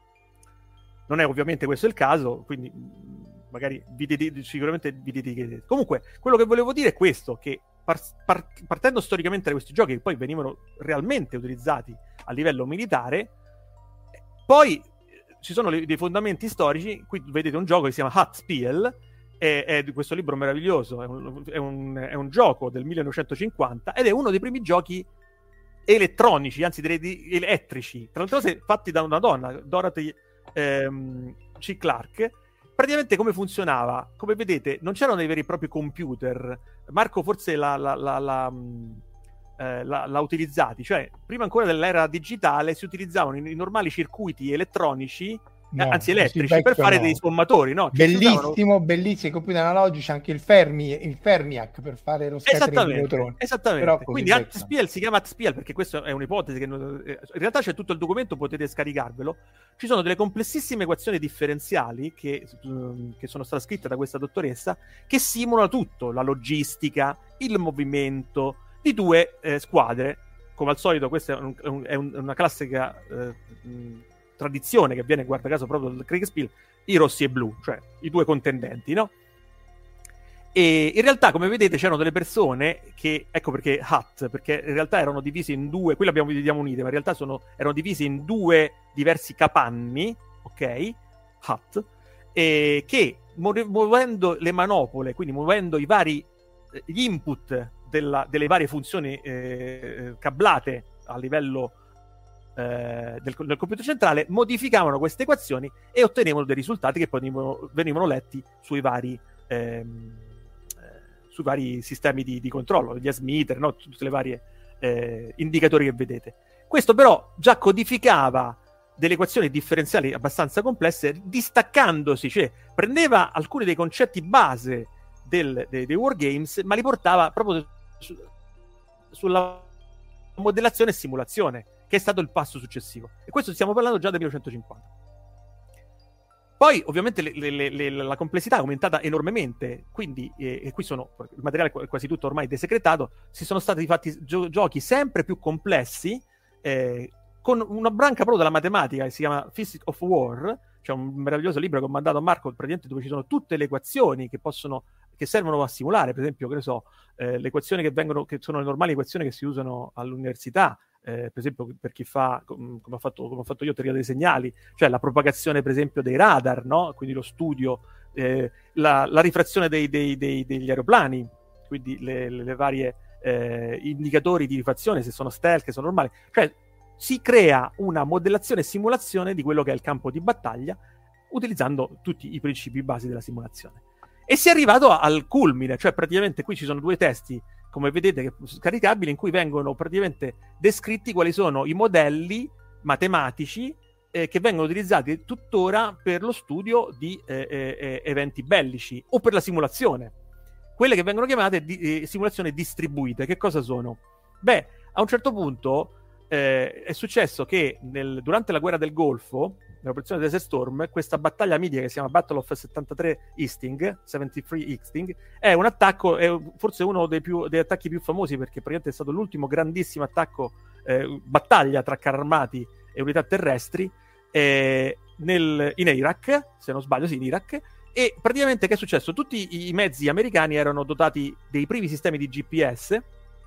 Non è ovviamente questo il caso, quindi magari vi dedi- sicuramente vi dedicherete. Comunque, quello che volevo dire è questo, che par- par- partendo storicamente da questi giochi, che poi venivano realmente utilizzati a livello militare, poi ci sono le, dei fondamenti storici. Qui vedete un gioco che si chiama Hutspiel, è, è di questo libro meraviglioso, è un, è, un, è un gioco del millenovecentocinquanta ed è uno dei primi giochi elettronici, anzi direi elettrici, tra l'altro fatti da una donna, Dorothy ehm, C. Clark. Praticamente come funzionava? Come vedete non c'erano dei veri e propri computer, Marco forse l'ha, la, la, la, eh, la, l'ha utilizzati, cioè prima ancora dell'era digitale si utilizzavano i, i normali circuiti elettronici, no, anzi elettrici, per fare no. dei sommatori, no? Bellissimo, usavano... bellissimo, i computer analogici, anche il Fermi, il Fermiac per fare lo scattering di neutroni. Esattamente, quindi Hutspiel si chiama Hutspiel perché questa è un'ipotesi che non... in realtà c'è tutto il documento, potete scaricarvelo. Ci sono delle complessissime equazioni differenziali che, che sono state scritte da questa dottoressa, che simulano tutto, la logistica, il movimento di due eh, squadre. Come al solito questa è, un, è, un, è un, una classica eh, tradizione che viene, guarda caso, proprio dal Kriegspiel, i rossi e blu, cioè i due contendenti, no? E in realtà, come vedete, c'erano delle persone che, ecco perché H U T, perché in realtà erano divisi in due, qui l'abbiamo vediamo unite, ma in realtà sono, erano divisi in due diversi capanni, ok? H U T, e che muovendo le manopole, quindi muovendo i vari gli input della, delle varie funzioni eh, cablate a livello eh, del, del computer centrale, modificavano queste equazioni e ottenevano dei risultati che poi venivano, venivano letti sui vari ehm, sui vari sistemi di, di controllo, gli S-meter, no? Tutte le varie eh, indicatori che vedete. Questo però già codificava delle equazioni differenziali abbastanza complesse, distaccandosi, cioè prendeva alcuni dei concetti base del, dei, dei wargames, ma li portava proprio su, sulla modellazione e simulazione, che è stato il passo successivo. E questo stiamo parlando già del millenovecentocinquanta. Poi ovviamente le, le, le, la complessità è aumentata enormemente, quindi, eh, e qui sono, il materiale è quasi tutto ormai desecretato, si sono stati fatti gio- giochi sempre più complessi, eh, con una branca proprio della matematica che si chiama Physics of War, c'è un meraviglioso libro che ho mandato a Marco, praticamente dove ci sono tutte le equazioni che possono, che servono a simulare, per esempio, che ne so, eh, le equazioni che vengono, che sono le normali equazioni che si usano all'università, Eh, per esempio per chi fa, com- come, ho fatto, come ho fatto io, teoria dei segnali, cioè la propagazione per esempio dei radar, no? Quindi lo studio, eh, la, la rifrazione dei, dei, dei, degli aeroplani, quindi le, le, le varie eh, indicatori di rifrazione, se sono stealth, che sono normali, cioè si crea una modellazione e simulazione di quello che è il campo di battaglia utilizzando tutti i principi basi della simulazione. E si è arrivato al culmine, cioè praticamente qui ci sono due testi, come vedete, che scaricabili, in cui vengono praticamente descritti quali sono i modelli matematici eh, che vengono utilizzati tuttora per lo studio di eh, eh, eventi bellici o per la simulazione. Quelle che vengono chiamate di, eh, simulazioni distribuite. Che cosa sono? Beh, a un certo punto eh, è successo che nel, durante la guerra del Golfo, nell'operazione Desert Storm, questa battaglia mitica che si chiama Battle of settantatré Hastings, settantatré Hastings, è un attacco, è forse uno dei, più, degli attacchi più famosi, perché praticamente è stato l'ultimo grandissimo attacco, eh, battaglia tra carri armati e unità terrestri eh, nel, in Iraq, se non sbaglio, sì, in Iraq. E praticamente che è successo? Tutti i mezzi americani erano dotati dei primi sistemi di G P S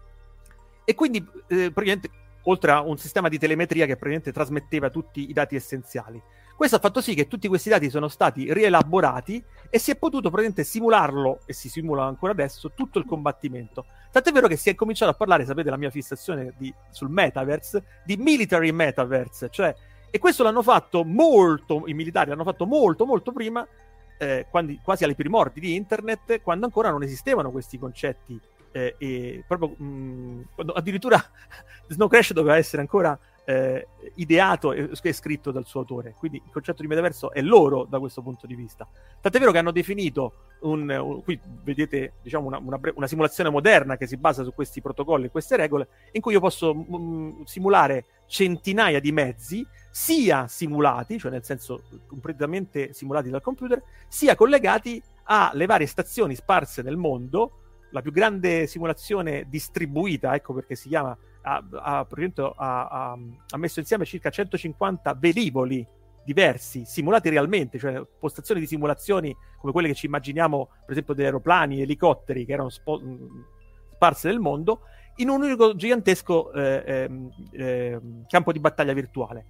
e quindi eh, praticamente oltre a un sistema di telemetria che praticamente trasmetteva tutti i dati essenziali. Questo ha fatto sì che tutti questi dati sono stati rielaborati e si è potuto praticamente simularlo, e si simula ancora adesso, tutto il combattimento. Tant'è vero che si è cominciato a parlare, sapete la mia fissazione di, sul metaverse, di military metaverse, cioè, e questo l'hanno fatto molto, i militari l'hanno fatto molto molto prima, eh, quando, quasi alle primordi di internet, quando ancora non esistevano questi concetti. Eh, e proprio mh, quando addirittura Snow Crash doveva essere ancora eh, ideato e, e scritto dal suo autore, quindi il concetto di metaverso è loro da questo punto di vista. Tant'è vero che hanno definito un, un, qui vedete diciamo una, una, una simulazione moderna che si basa su questi protocolli e queste regole, in cui io posso mh, simulare centinaia di mezzi, sia simulati, cioè nel senso completamente simulati dal computer, sia collegati alle varie stazioni sparse nel mondo. La più grande simulazione distribuita, ecco perché si chiama, ha, ha, ha, ha messo insieme circa centocinquanta velivoli diversi, simulati realmente, cioè postazioni di simulazioni come quelle che ci immaginiamo, per esempio degli aeroplani, elicotteri che erano spo- sparse nel mondo, in un unico gigantesco eh, eh, eh, campo di battaglia virtuale.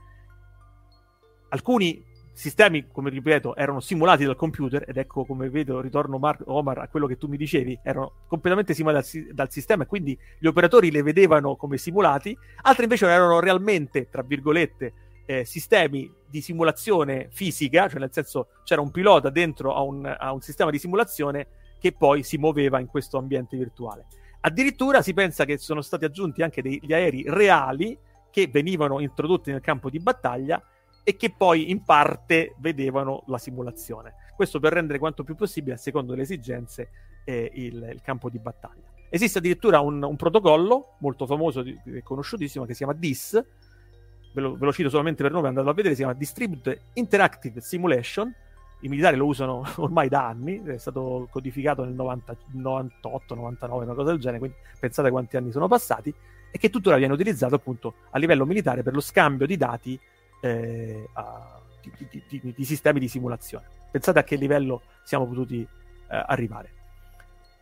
Alcuni sistemi, come ripeto, erano simulati dal computer, ed ecco come vedo, ritorno Mar- Omar a quello che tu mi dicevi, erano completamente simulati dal, dal sistema e quindi gli operatori le vedevano come simulati, altri invece erano realmente, tra virgolette, eh, sistemi di simulazione fisica, cioè nel senso c'era un pilota dentro a un, a un sistema di simulazione che poi si muoveva in questo ambiente virtuale. Addirittura si pensa che sono stati aggiunti anche degli aerei reali che venivano introdotti nel campo di battaglia e che poi in parte vedevano la simulazione. Questo per rendere quanto più possibile, a secondo delle esigenze, eh, il, il campo di battaglia. Esiste addirittura un, un protocollo molto famoso e conosciutissimo che si chiama D I S, ve lo, ve lo cito solamente per nome, andatelo a vedere, si chiama Distributed Interactive Simulation. I militari lo usano ormai da anni, è stato codificato nel novanta, novantotto novantanove, una cosa del genere, quindi pensate quanti anni sono passati, e che tuttora viene utilizzato appunto a livello militare per lo scambio di dati Eh, a, di, di, di, di sistemi di simulazione. Pensate a che livello siamo potuti eh, arrivare.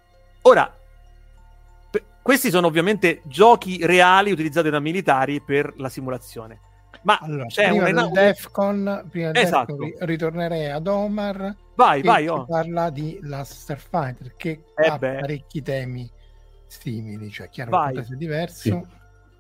Ora, p- questi sono ovviamente giochi reali utilizzati da militari per la simulazione. Ma allora, c'è prima una... del Defcon, prima del Esatto. Defcon ritornerei ad Omar, Vai, che vai, ci oh. parla di Last Starfighter, che Eh ha beh. parecchi temi simili, cioè chiaro, Vai. il contesto è diverso. Sì.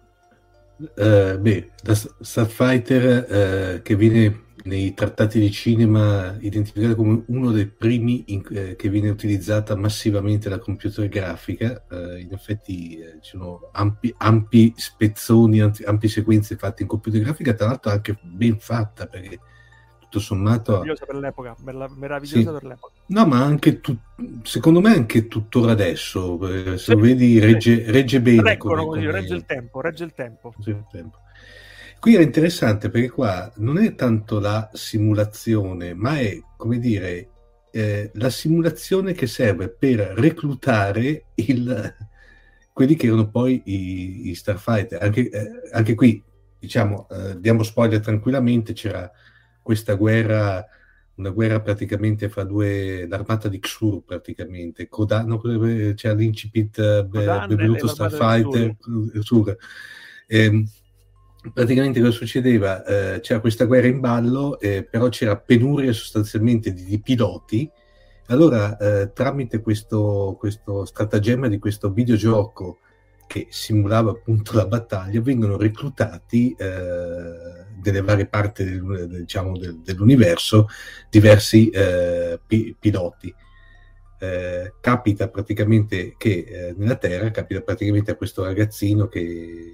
Uh, beh, la Starfighter uh, che viene nei trattati di cinema identificato come uno dei primi in, eh, che viene utilizzata massivamente la computer grafica, uh, in effetti eh, ci sono ampi, ampi spezzoni, ampi, ampi sequenze fatte in computer grafica, tra l'altro anche ben fatta, perché tutto sommato meravigliosa per l'epoca, meravigliosa sì. per l'epoca. No, ma anche tu, secondo me anche tuttora adesso, se sì, lo vedi regge, sì. regge bene. Reggono come, così, come... regge il tempo, regge il tempo. Regge il tempo. Qui è interessante perché qua non è tanto la simulazione, ma è, come dire, eh, la simulazione che serve per reclutare il, quelli che erano poi i, i Starfighter. Anche, eh, anche qui, diciamo, eh, diamo spoiler tranquillamente, c'era questa guerra, una guerra praticamente fra due, l'armata di Xur praticamente, Kodan, no, c'era l'incipit eh, benvenuto Starfighter, Xur. Eh, praticamente cosa succedeva? Eh, c'era questa guerra in ballo, eh, però c'era penuria sostanzialmente di, di piloti. Allora, eh, tramite questo, questo stratagemma di questo videogioco che simulava appunto la battaglia, vengono reclutati eh, nelle varie parti del, diciamo, del, dell'universo diversi eh, pi- piloti. Eh, capita praticamente che eh, nella Terra capita praticamente a questo ragazzino che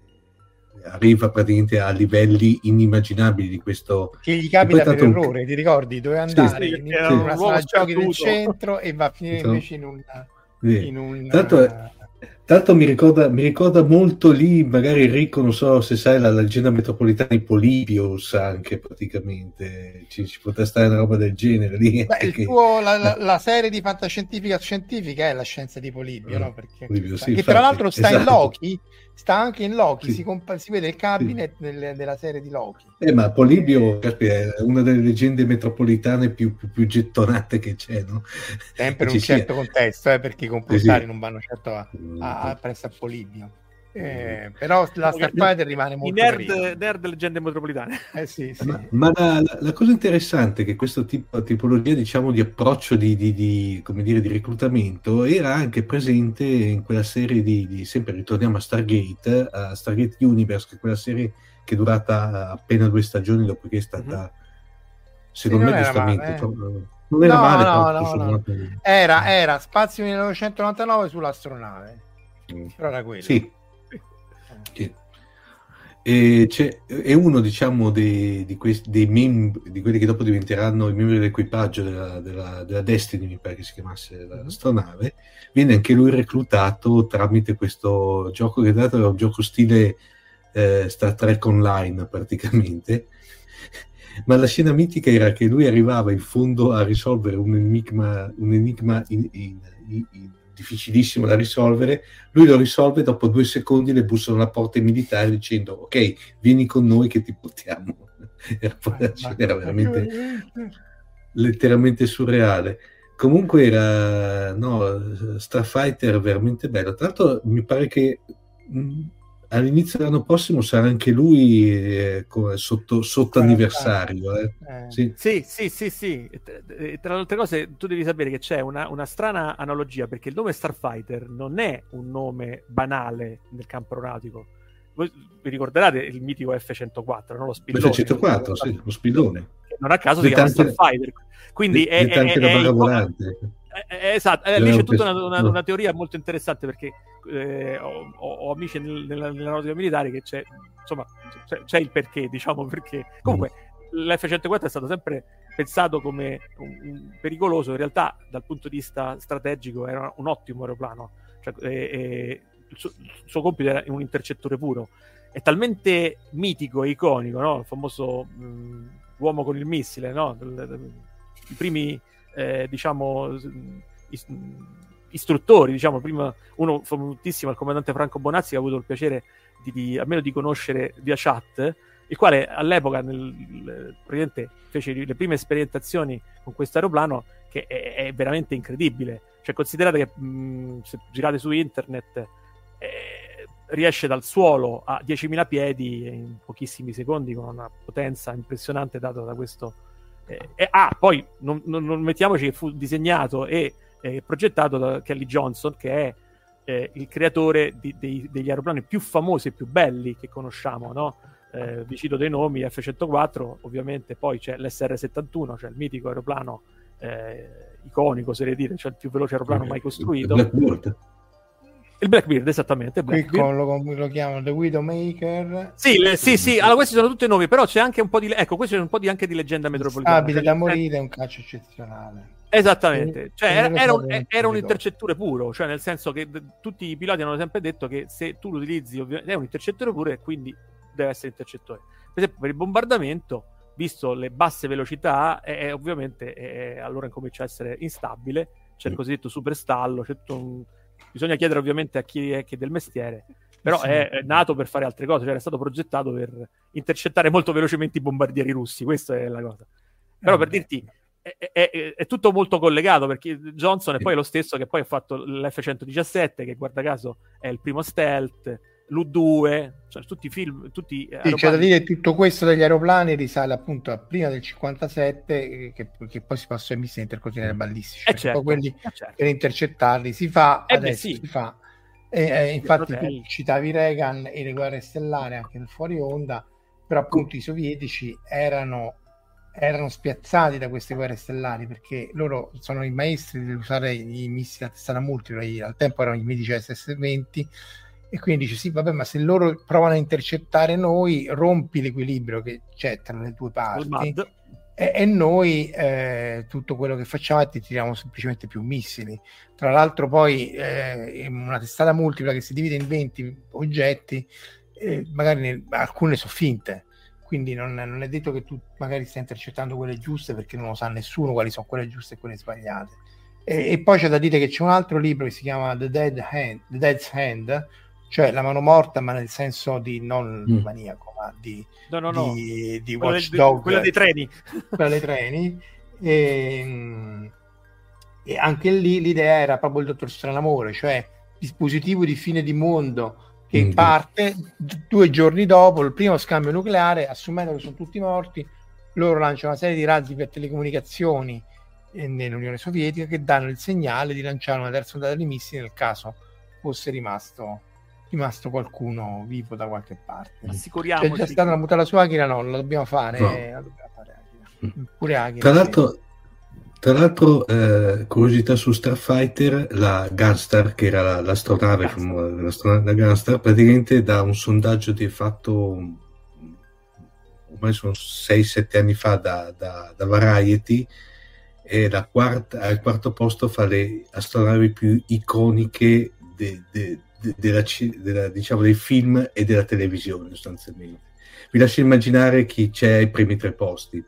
arriva praticamente a livelli inimmaginabili di questo, che gli capita per un... errore, ti ricordi? Doveva andare sì, in, sì, in sì. una sala giochi del centro e va a finire sì. invece in un, sì. in un tanto, tanto mi ricorda mi ricorda molto lì, magari Enrico, non so se sai, la leggenda metropolitana di Polybius, anche praticamente ci, ci potrebbe stare una roba del genere lì. Beh, il che... tuo, la, la, la serie di fantascientifica scientifica è la scienza di Polibio, no? Perché Polibio, sta, sì, che infatti, tra l'altro sta esatto. in Loki, sta anche in Loki, sì. si, compa- si vede il cabinet sì. nel, della serie di Loki. Eh, ma Polibio eh... è una delle leggende metropolitane più, più, più gettonate che c'è, no? Sempre in un certo sia... contesto, eh, perché i complottari sì, sì. non vanno certo a, a, a presso a Polibio. Eh, però la Starfighter rimane molto i nerd, nerd leggende metropolitane eh sì, sì. ma, ma la, la cosa interessante è che questa tipo, tipologia diciamo di approccio di, di, di, come dire, di reclutamento era anche presente in quella serie di, di sempre ritorniamo a Stargate a Stargate Universe, che è quella serie che è durata appena due stagioni, dopodiché è stata mm-hmm. secondo sì, me giustamente male, eh. troppo, non era no, male no, troppo, no, no. era, era Spazio millenovecentonovantanove sull'astronave mm. però era quello sì. Sì. E c'è, è uno diciamo dei, di, questi, dei membri di quelli che dopo diventeranno i membri dell'equipaggio della, della, della Destiny, mi pare che si chiamasse l'astronave. Viene anche lui reclutato tramite questo gioco che dato era un gioco stile eh, Star Trek Online praticamente, ma la scena mitica era che lui arrivava in fondo a risolvere un enigma un enigma in, in, in, in difficilissimo da risolvere, lui lo risolve, dopo due secondi le bussano alla porta i militari dicendo ok, vieni con noi che ti portiamo. Era, era veramente letteralmente surreale. Comunque era no, Starfighter veramente bello, tra l'altro mi pare che mh, all'inizio dell'anno prossimo sarà anche lui eh, sotto, sotto anniversario. Eh. Eh. Sì. sì, sì, sì, sì. Tra le altre cose, tu devi sapere che c'è una, una strana analogia, perché il nome Starfighter non è un nome banale nel campo aeronautico. Voi vi ricorderate il mitico F centoquattro, no? Lo spillone. F centoquattro, sì, lo spillone. Non a caso si chiama Starfighter. Quindi è, è, anche è, la è, barra è, volante. Eh, esatto, eh, lì c'è tutta una, una, una teoria molto interessante, perché eh, ho, ho amici nel, nella, nell'aeronautica militare che c'è, insomma, c'è, c'è il perché, diciamo, perché comunque mm. l'F centoquattro è stato sempre pensato come un, un pericoloso, in realtà dal punto di vista strategico era un ottimo aeroplano, cioè, eh, eh, il, suo, il suo compito era un intercettore puro, è talmente mitico e iconico, no? Il famoso mh, uomo con il missile, no? I primi Eh, diciamo ist- istruttori, diciamo, prima uno famosissimo, il comandante Franco Bonazzi, che ha avuto il piacere di, di almeno di conoscere via chat, il quale all'epoca nel, praticamente fece le prime sperimentazioni con questo aeroplano, che è, è veramente incredibile. Cioè, considerate che mh, se girate su internet eh, riesce dal suolo a diecimila piedi in pochissimi secondi con una potenza impressionante data da questo. Eh, e, ah, poi non, non, non mettiamoci che fu disegnato e eh, progettato da Kelly Johnson, che è eh, il creatore di, dei, degli aeroplani più famosi e più belli che conosciamo, no? Eh, vi cito dei nomi: F centoquattro, ovviamente, poi c'è l'S R settantuno, cioè il mitico aeroplano eh, iconico, oserei dire, cioè il più veloce aeroplano mai costruito. Blackbird. Il Blackbird, esattamente. Qui con lo, lo chiamano The Widowmaker. Sì, le, sì, sì. Allora, questi sono tutti nomi, però c'è anche un po' di, ecco, questo è un po' di, anche di leggenda metropolitana. Stabile cioè, da morire, è un calcio eccezionale. Esattamente, cioè E- era, e era, lo un, so, era un non intercettore puro, cioè nel senso che d- tutti i piloti hanno sempre detto che se tu lo utilizzi ovvi- è un intercettore puro e quindi deve essere intercettore. Per esempio per il bombardamento, visto le basse velocità, è, è ovviamente è, allora comincia a essere instabile, c'è il cosiddetto super stallo, c'è tutto un... bisogna chiedere ovviamente a chi è, chi è del mestiere, però Sì. è, è nato per fare altre cose, cioè era stato progettato per intercettare molto velocemente i bombardieri russi, questa è la cosa. Però Eh, per beh. dirti, è, è- è tutto molto collegato, perché Johnson è poi lo stesso che poi ha fatto l'F centodiciassette, che guarda caso è il primo stealth, l'U due, cioè tutti i film, tutti Sì, c'è da aeroplani- dire che tutto questo degli aeroplani risale appunto a prima del cinquantasette, eh, che, che poi si passò ai missili intercontinentali balistici, Eh, perché certo, poi quelli eh, certo. per intercettarli si fa, Eh beh, adesso sì. si fa. E, eh, infatti fratelli. tu citavi Reagan e le guerre stellari anche nel fuori onda, però appunto i sovietici erano, erano spiazzati da queste guerre stellari, perché loro sono i maestri di usare i missili a testata multipla, i- al tempo erano i mitici S S venti, e quindi dice sì vabbè, ma se loro provano a intercettare noi, rompi l'equilibrio che c'è tra le due Il parti, M A D. e, e noi eh, tutto quello che facciamo è ti tiriamo semplicemente più missili. Tra l'altro poi eh, in una testata multipla che si divide in venti oggetti, eh, magari ne- alcune sono finte, quindi non, non è detto che tu magari stai intercettando quelle giuste, perché non lo sa nessuno quali sono quelle giuste e quelle sbagliate. E, e poi c'è da dire che c'è un altro libro che si chiama The Dead Hand, The Dead's Hand, cioè la mano morta, ma nel senso di non Mm. maniaco, ma di, No, no, no. di, di Quella, del- watchdog, quella dei treni. quella dei treni. E, e anche lì l'idea era proprio il dottor Stranamore, cioè dispositivo di fine di mondo che Mm. parte d- due giorni dopo il primo scambio nucleare, assumendo che sono tutti morti, loro lanciano una serie di razzi per telecomunicazioni eh, nell'Unione Sovietica, che danno il segnale di lanciare una terza ondata di missili nel caso fosse rimasto rimasto qualcuno vivo da qualche parte. C'è Assicuriamoci. già stata una mutata su Akira, no, la dobbiamo fare, No. eh, la dobbiamo fare Akira. Pure Akira, Tra sì. l'altro, tra l'altro eh, curiosità su Starfighter, la Gunstar, che era la- l'astronave, Gunstar. famo- l'astronave la Gunstar, praticamente da un sondaggio di fatto mm, ormai sono sei sette anni fa da, da, da Variety, è la quarta, al quarto posto fra le astronavi più iconiche de- de- de- della, ci- della, diciamo, dei film e della televisione, sostanzialmente. Vi lascio immaginare chi c'è ai primi tre posti.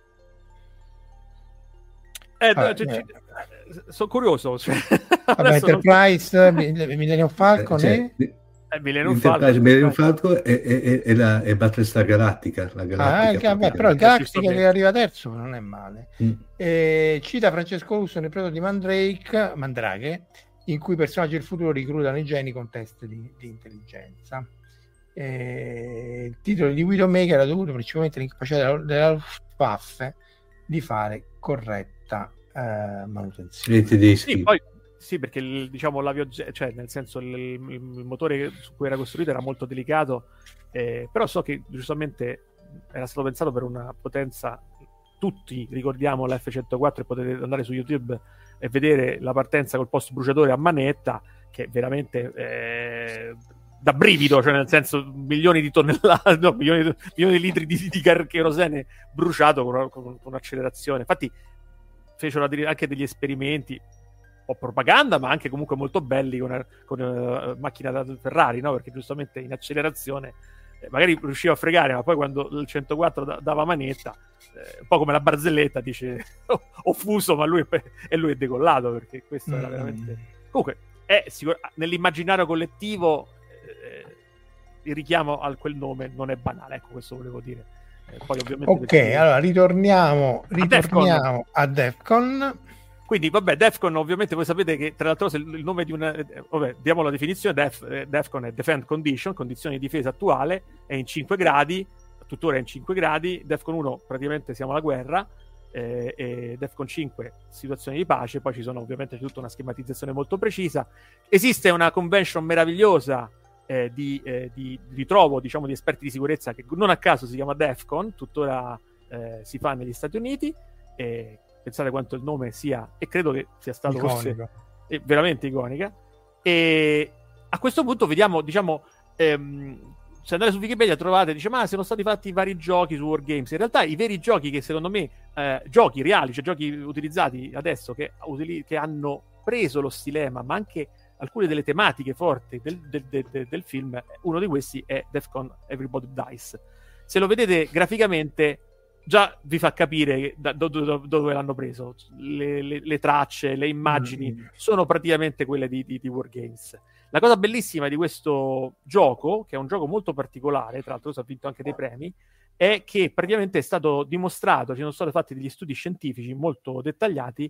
Eh, Ah, cioè, eh. sono curioso. Cioè, Vabbè, adesso non- Enterprise, Mi- Millennium Falcon Eh, cioè, e... eh, Millennium Enterprise, Falcon. Millennium Falcon e, e, e, e la e Battlestar Galactica, la Ah, Galactica anche- vabbè, però il praticamente. Galactica giustamente. che arriva terzo non è male. Mm. Eh, cita Francesco Russo nel progetto di Mandrake, Mandrake, in cui i personaggi del futuro reclutano i geni con test di, di intelligenza. Eh, il titolo di Widowmaker era dovuto principalmente all'incapacità della, della Luftwaffe di fare corretta eh, manutenzione. Rete dei Sì, schifo. poi, sì, perché il, diciamo l'avioge- cioè nel senso il, il- il motore su cui era costruito era molto delicato, eh, però so che giustamente era stato pensato per una potenza. Tutti ricordiamo l'F centoquattro e potete andare su YouTube e vedere la partenza col post bruciatore a manetta, che è veramente eh, da brivido, cioè nel senso milioni di tonnellate, no, milioni, di, milioni di litri di, di car- kerosene bruciato con, una- con un'accelerazione. Infatti fecero addir- anche degli esperimenti, un po' propaganda, ma anche comunque molto belli con, con uh, macchina da Ferrari, no? Perché giustamente in accelerazione eh, magari riusciva a fregare, ma poi quando il centoquattro da- dava manetta, eh, un po' come la barzelletta, dice oh, ho fuso, ma lui è, pe- e lui è decollato, perché questo era Mm. veramente... Comunque, è sicur- nell'immaginario collettivo eh, il richiamo a quel nome non è banale, ecco, questo volevo dire. Eh, poi ovviamente Ok, perché- allora ritorniamo, A Defcon. ritorniamo a Defcon. Quindi Quindi, vabbè, Defcon ovviamente voi sapete che tra l'altro il nome di una... Eh, vabbè, diamo la definizione, Def, eh, Defcon è Defend Condition, condizione di difesa attuale, è in cinque gradi, tuttora è in cinque gradi, Defcon uno praticamente siamo alla guerra, eh, e Defcon cinque situazione di pace, poi ci sono ovviamente tutta una schematizzazione molto precisa. Esiste una convention meravigliosa eh, di, eh, di ritrovo, diciamo, di esperti di sicurezza che non a caso si chiama Defcon, tuttora eh, si fa negli Stati Uniti, e pensate quanto il nome sia, e credo che sia stato forse eh, veramente iconica. E a questo punto vediamo, diciamo, ehm, se andate su Wikipedia trovate, dice, ma sono stati fatti vari giochi su Wargames. In realtà i veri giochi che secondo me, eh, giochi reali, cioè giochi utilizzati adesso, che, utili- che hanno preso lo stilema, ma anche alcune delle tematiche forti del, del, del, del, del film, uno di questi è Defcon Everybody Dies. Se lo vedete graficamente già vi fa capire da, do, do, do, dove l'hanno preso. Le, le, le tracce, le immagini mm. sono praticamente quelle di, di, di Wargames. La cosa bellissima di questo gioco, che è un gioco molto particolare, tra l'altro ha vinto anche dei premi, è che praticamente è stato dimostrato, ci sono stati fatti degli studi scientifici molto dettagliati,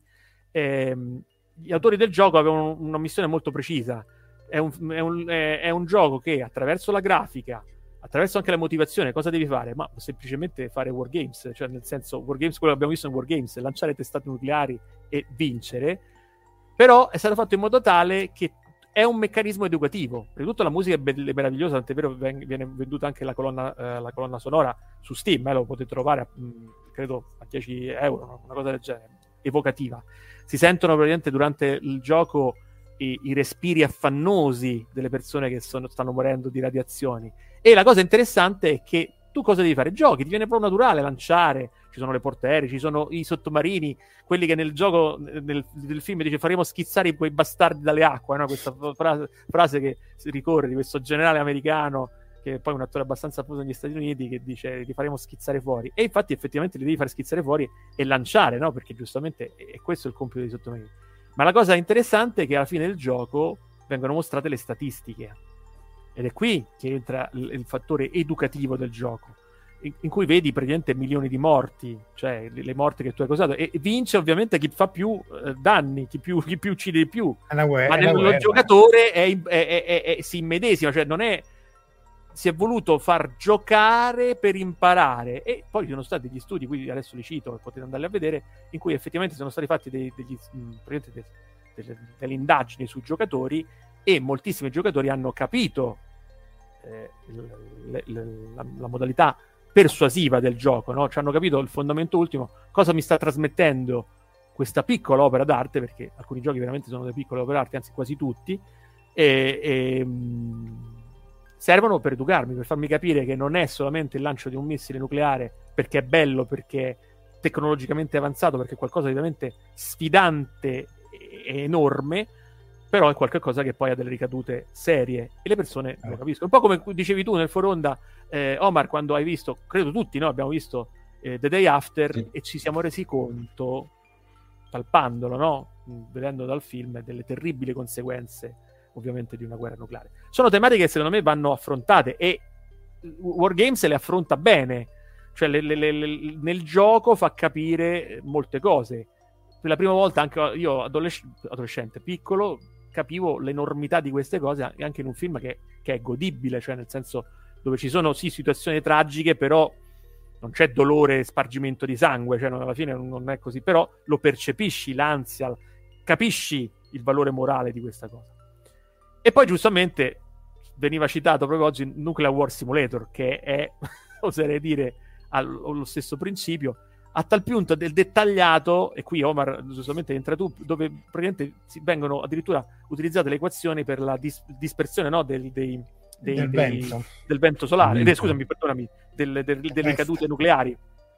ehm, gli autori del gioco avevano una missione molto precisa. È un, è un, è, è un gioco che attraverso la grafica, attraverso anche la motivazione, cosa devi fare? Ma semplicemente fare Wargames, cioè nel senso, Wargames, quello che abbiamo visto in Wargames, lanciare testate nucleari e vincere, però è stato fatto in modo tale che è un meccanismo educativo. Prima di tutto la musica è, be- è meravigliosa, tant'è vero che viene venduta anche la colonna, eh, la colonna sonora su Steam, eh, lo potete trovare a, mh, credo a dieci euro, una cosa del genere, evocativa. Si sentono praticamente durante il gioco i, i respiri affannosi delle persone che sono, stanno morendo di radiazioni. E la cosa interessante è che tu cosa devi fare? Giochi, ti viene proprio naturale lanciare, ci sono le portaerei, ci sono i sottomarini, quelli che nel gioco, nel, nel film dice faremo schizzare quei bastardi dalle acque, no? Questa frase, frase che si ricorre di questo generale americano, che è poi un attore abbastanza famoso negli Stati Uniti, che dice li faremo schizzare fuori. E infatti effettivamente li devi fare schizzare fuori e lanciare, no? Perché giustamente è questo il compito dei sottomarini. Ma la cosa interessante è che alla fine del gioco vengono mostrate le statistiche. Ed è qui che entra il, il fattore educativo del gioco, in, in cui vedi praticamente milioni di morti, cioè le, le morti che tu hai causato, e, e vince ovviamente chi fa più eh, danni, chi più, chi più uccide di più. Guerra, ma nel, lo giocatore è, è, è, è, è, si immedesima, cioè non è, si è voluto far giocare per imparare. E poi ci sono stati degli studi, qui adesso li cito, potete andarli a vedere, in cui effettivamente sono stati fatti dei, degli, mh, dei, delle, delle indagini sui giocatori, e moltissimi giocatori hanno capito eh, le, le, la, la modalità persuasiva del gioco, no? Cioè hanno capito il fondamento ultimo, cosa mi sta trasmettendo questa piccola opera d'arte, perché alcuni giochi veramente sono delle piccole opere d'arte, anzi quasi tutti, e, e mh, servono per educarmi, per farmi capire che non è solamente il lancio di un missile nucleare perché è bello, perché è tecnologicamente avanzato, perché è qualcosa di veramente sfidante e enorme, però è qualcosa che poi ha delle ricadute serie e le persone eh. lo capiscono. Un po' come dicevi tu nel Foronda, eh, Omar, quando hai visto, credo tutti, no? Abbiamo visto eh, The Day After, sì, e ci siamo resi conto, palpandolo, no? Vedendo dal film, delle terribili conseguenze ovviamente di una guerra nucleare. Sono tematiche che secondo me vanno affrontate, e Wargames le affronta bene, cioè le, le, le, le, nel gioco fa capire molte cose. Per la prima volta, anche io adolesc- adolescente, piccolo, capivo l'enormità di queste cose anche in un film che, che è godibile, cioè nel senso dove ci sono sì situazioni tragiche, però non c'è dolore e spargimento di sangue, cioè alla fine non è così, però lo percepisci, l'ansia, capisci il valore morale di questa cosa. E poi giustamente veniva citato proprio oggi Nuclear War Simulator, che è, oserei dire, allo stesso principio, a tal punto del dettagliato, e qui Omar giustamente entra tu, dove praticamente si vengono addirittura utilizzate le equazioni per la dis- dispersione, no, del, dei, dei, del, dei, vento. del vento solare, eh, scusami, perdonami, del, del, delle ricadute nucleari.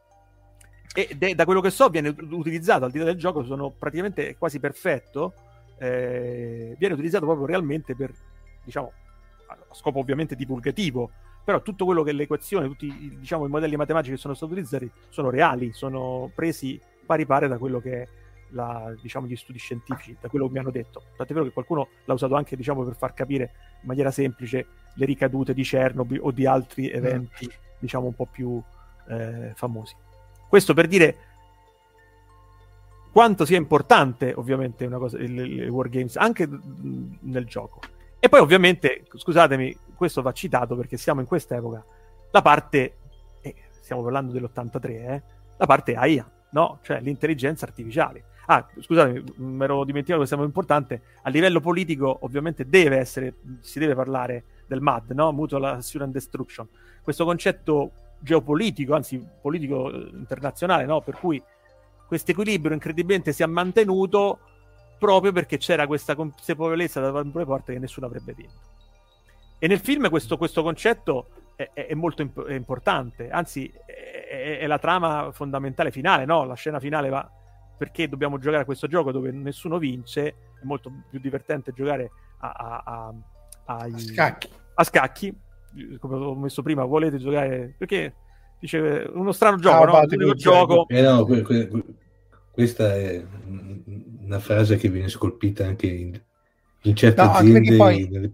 E de- da quello che so viene utilizzato, al di là del gioco, sono praticamente quasi perfetto, eh, viene utilizzato proprio realmente per, diciamo, a scopo ovviamente divulgativo, però tutto quello che le equazioni, tutti i, diciamo, i modelli matematici che sono stati utilizzati sono reali, sono presi pari pari da quello che è la, diciamo, gli studi scientifici, da quello che mi hanno detto. Tant'è vero che qualcuno l'ha usato anche, diciamo, per far capire in maniera semplice le ricadute di Chernobyl o di altri eventi, mm. diciamo, un po' più eh, famosi. Questo per dire quanto sia importante ovviamente una cosa, il, il Wargames anche nel gioco. E poi ovviamente, scusatemi, questo va citato perché siamo in quest'epoca, la parte, eh, stiamo parlando dell'ottantatré, eh, la parte A I A, no? Cioè l'intelligenza artificiale. Ah, scusatemi, mi ero dimenticato questo è molto importante, a livello politico ovviamente deve essere, si deve parlare del M A D, no? Mutual Assurance Destruction, questo concetto geopolitico, anzi politico internazionale, no? Per cui questo equilibrio incredibilmente si è mantenuto proprio perché c'era questa consapevolezza da due porte che nessuno avrebbe vinto. E nel film questo, questo concetto è, è molto imp- è importante, anzi è, è la trama fondamentale finale, no? La scena finale va perché dobbiamo giocare a questo gioco dove nessuno vince, è molto più divertente giocare a, a, a, a, a scacchi. A scacchi, come ho messo prima, volete giocare perché dice uno strano gioco, no? Un gioco. Eh no, que- que- questa è una frase che viene scolpita anche in, in certe no, aziende poi nelle...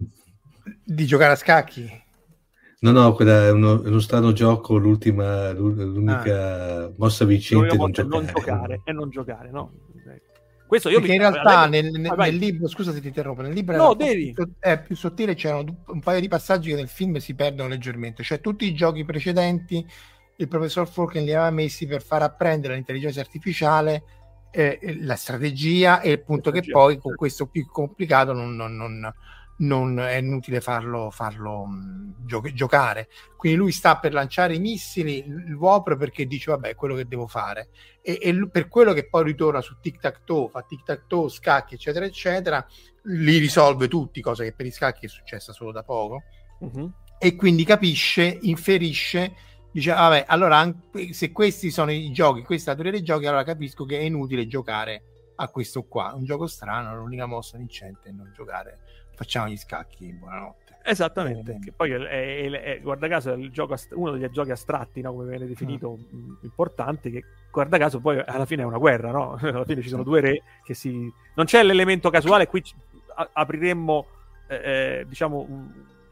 di giocare a scacchi. No, no, quella è uno, è uno strano gioco, l'ultima, l'unica ah. mossa vincente non, non, non giocare e non giocare, no? Questo io Perché mi... in realtà ah, nel, nel, nel libro, scusa se ti interrompo, nel libro no, è devi. Più, è più sottile, c'erano un paio di passaggi che nel film si perdono leggermente, cioè tutti i giochi precedenti il professor Falken li aveva messi per far apprendere all'intelligenza artificiale eh, la strategia e il punto che poi con questo più complicato non, non, non, non è inutile farlo, farlo mh, gio- giocare. Quindi lui sta per lanciare i missili, il Whopper, perché dice vabbè è quello che devo fare e, e l- per quello che poi ritorna su tic-tac-toe, fa tic-tac-toe, scacchi eccetera eccetera, li risolve tutti, cosa che per i scacchi è successa solo da poco. Uh-huh. E quindi capisce, inferisce, dice vabbè allora anche se questi sono i giochi, questa è la teoria dei giochi, allora capisco che è inutile giocare a questo qua, un gioco strano, l'unica mossa vincente è non giocare, facciamo gli scacchi, buonanotte. Esattamente, eh, che poi è, è, è, è, guarda caso è il gioco ast- uno degli giochi astratti, no, come viene definito, mm. importanti, che guarda caso poi alla fine è una guerra, no? Alla fine ci sono due re che si... non c'è l'elemento casuale, qui a- apriremmo eh, eh, diciamo un...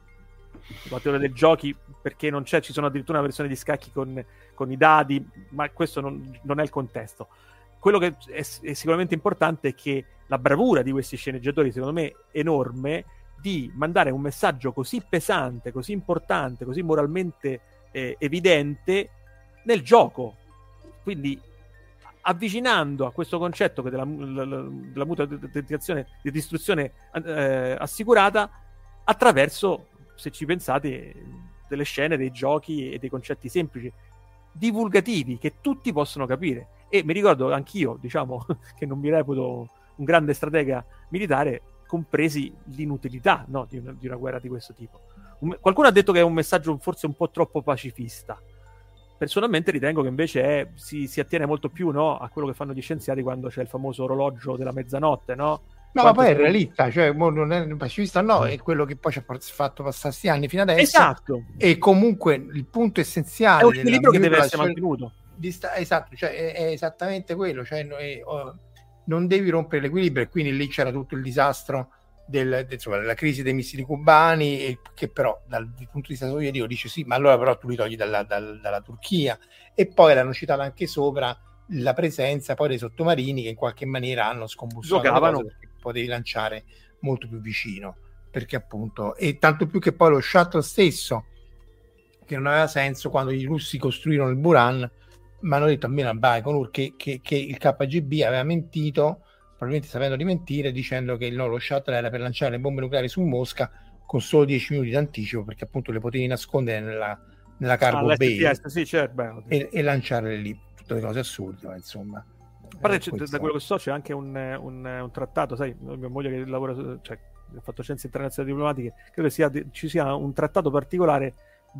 la teoria dei giochi, perché non c'è, ci sono addirittura una versione di scacchi con, con i dadi, ma questo non, non è il contesto. Quello che è, è sicuramente importante è che la bravura di questi sceneggiatori, secondo me enorme, di mandare un messaggio così pesante, così importante, così moralmente eh, evidente nel gioco, quindi avvicinando a questo concetto che della, la, la, della mutua autenticazione di distruzione eh, assicurata attraverso, se ci pensate, delle scene, dei giochi e dei concetti semplici, divulgativi, che tutti possono capire. E mi ricordo anch'io, diciamo, che non mi reputo un grande stratega militare, compresi l'inutilità, no, di, una, di una guerra di questo tipo. Un, qualcuno ha detto che è un messaggio forse un po' troppo pacifista. Personalmente ritengo che invece è, si, si attiene molto più, no, a quello che fanno gli scienziati quando c'è il famoso orologio della mezzanotte, no? No, Quanto ma poi è sono... realista, cioè non è un pacifista, no, è quello che poi ci ha fatto passare sti anni fino adesso. Esatto. E comunque il punto essenziale è un equilibrio che deve essere cioè, mantenuto. Sta, esatto, cioè è, è esattamente quello, cioè è, oh, non devi rompere l'equilibrio, e quindi lì c'era tutto il disastro del, del, insomma, della crisi dei missili cubani, e che però dal, dal punto di vista sovietico dice sì, ma allora però tu li togli dalla, dalla, dalla Turchia, e poi l'hanno citato anche sopra la presenza poi dei sottomarini che in qualche maniera hanno scombussolato le cose, perché potevi lanciare molto più vicino, perché appunto, e tanto più che poi lo shuttle stesso, che non aveva senso, quando i russi costruirono il Buran, ma hanno detto a me Baikonur che, che, che il K G B aveva mentito, probabilmente sapendo di mentire, dicendo che no, lo shuttle era per lanciare le bombe nucleari su Mosca con solo dieci minuti d'anticipo, perché appunto le potevi nascondere nella, nella cargo ah, bay sì, certo, e, e lanciarle lì, tutte le cose assurde, ma insomma. A parte, eh, da quello che so c'è anche un, un, un trattato, sai, mia moglie che lavora, cioè ha fatto scienze internazionali diplomatiche, credo che sia, ci sia un trattato particolare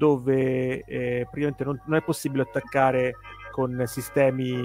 dove eh, praticamente non, non è possibile attaccare con sistemi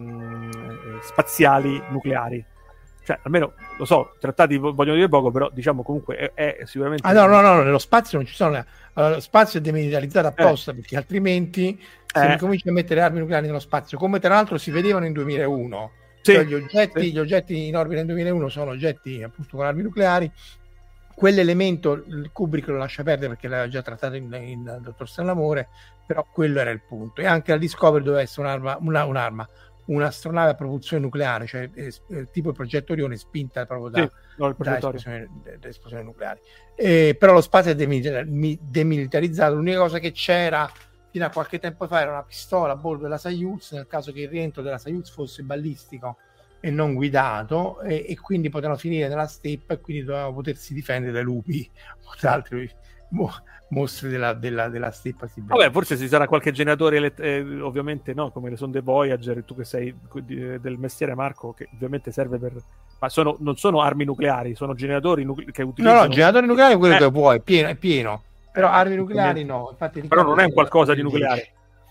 mh, spaziali nucleari. Cioè, almeno, lo so, trattati vogliono dire poco, però diciamo comunque è, è sicuramente... Ah no, no, no, nello spazio non ci sono... Allora, lo spazio è demilitarizzato apposta, eh. perché altrimenti se eh. cominci a mettere armi nucleari nello spazio, come tra l'altro si vedevano in duemilauno. Sì. Cioè, gli oggetti, sì. gli oggetti in orbita nel duemilauno sono oggetti appunto con armi nucleari. Quell'elemento il Kubrick lo lascia perdere perché l'aveva già trattato in, in Dottor Stranamore, però quello era il punto. E anche la Discovery doveva essere un'arma, una, un'arma un'astronave a propulsione nucleare, cioè eh, tipo il progetto Orione, spinta proprio da, sì, no, da esplosioni, da esplosioni nucleari. Eh, però lo spazio è demilitarizzato. L'unica cosa che c'era fino a qualche tempo fa era una pistola a bordo della Soyuz, nel caso che il rientro della Soyuz fosse balistico e non guidato, e, e quindi potevano finire nella steppa, e quindi dovevano potersi difendere dai lupi o da altri mo- mostri della, della, della steppa siberiana. Vabbè, forse ci sarà qualche generatore elett- eh, ovviamente no, come le sonde Voyager, tu che sei di, del mestiere, Marco, che ovviamente serve per, ma sono, non sono armi nucleari, sono generatori nucle- che utilizzano... no no generatori nucleari quello eh. che puoi, è pieno, è pieno. Però armi nucleari no. Infatti, però non è un qualcosa di nucleare.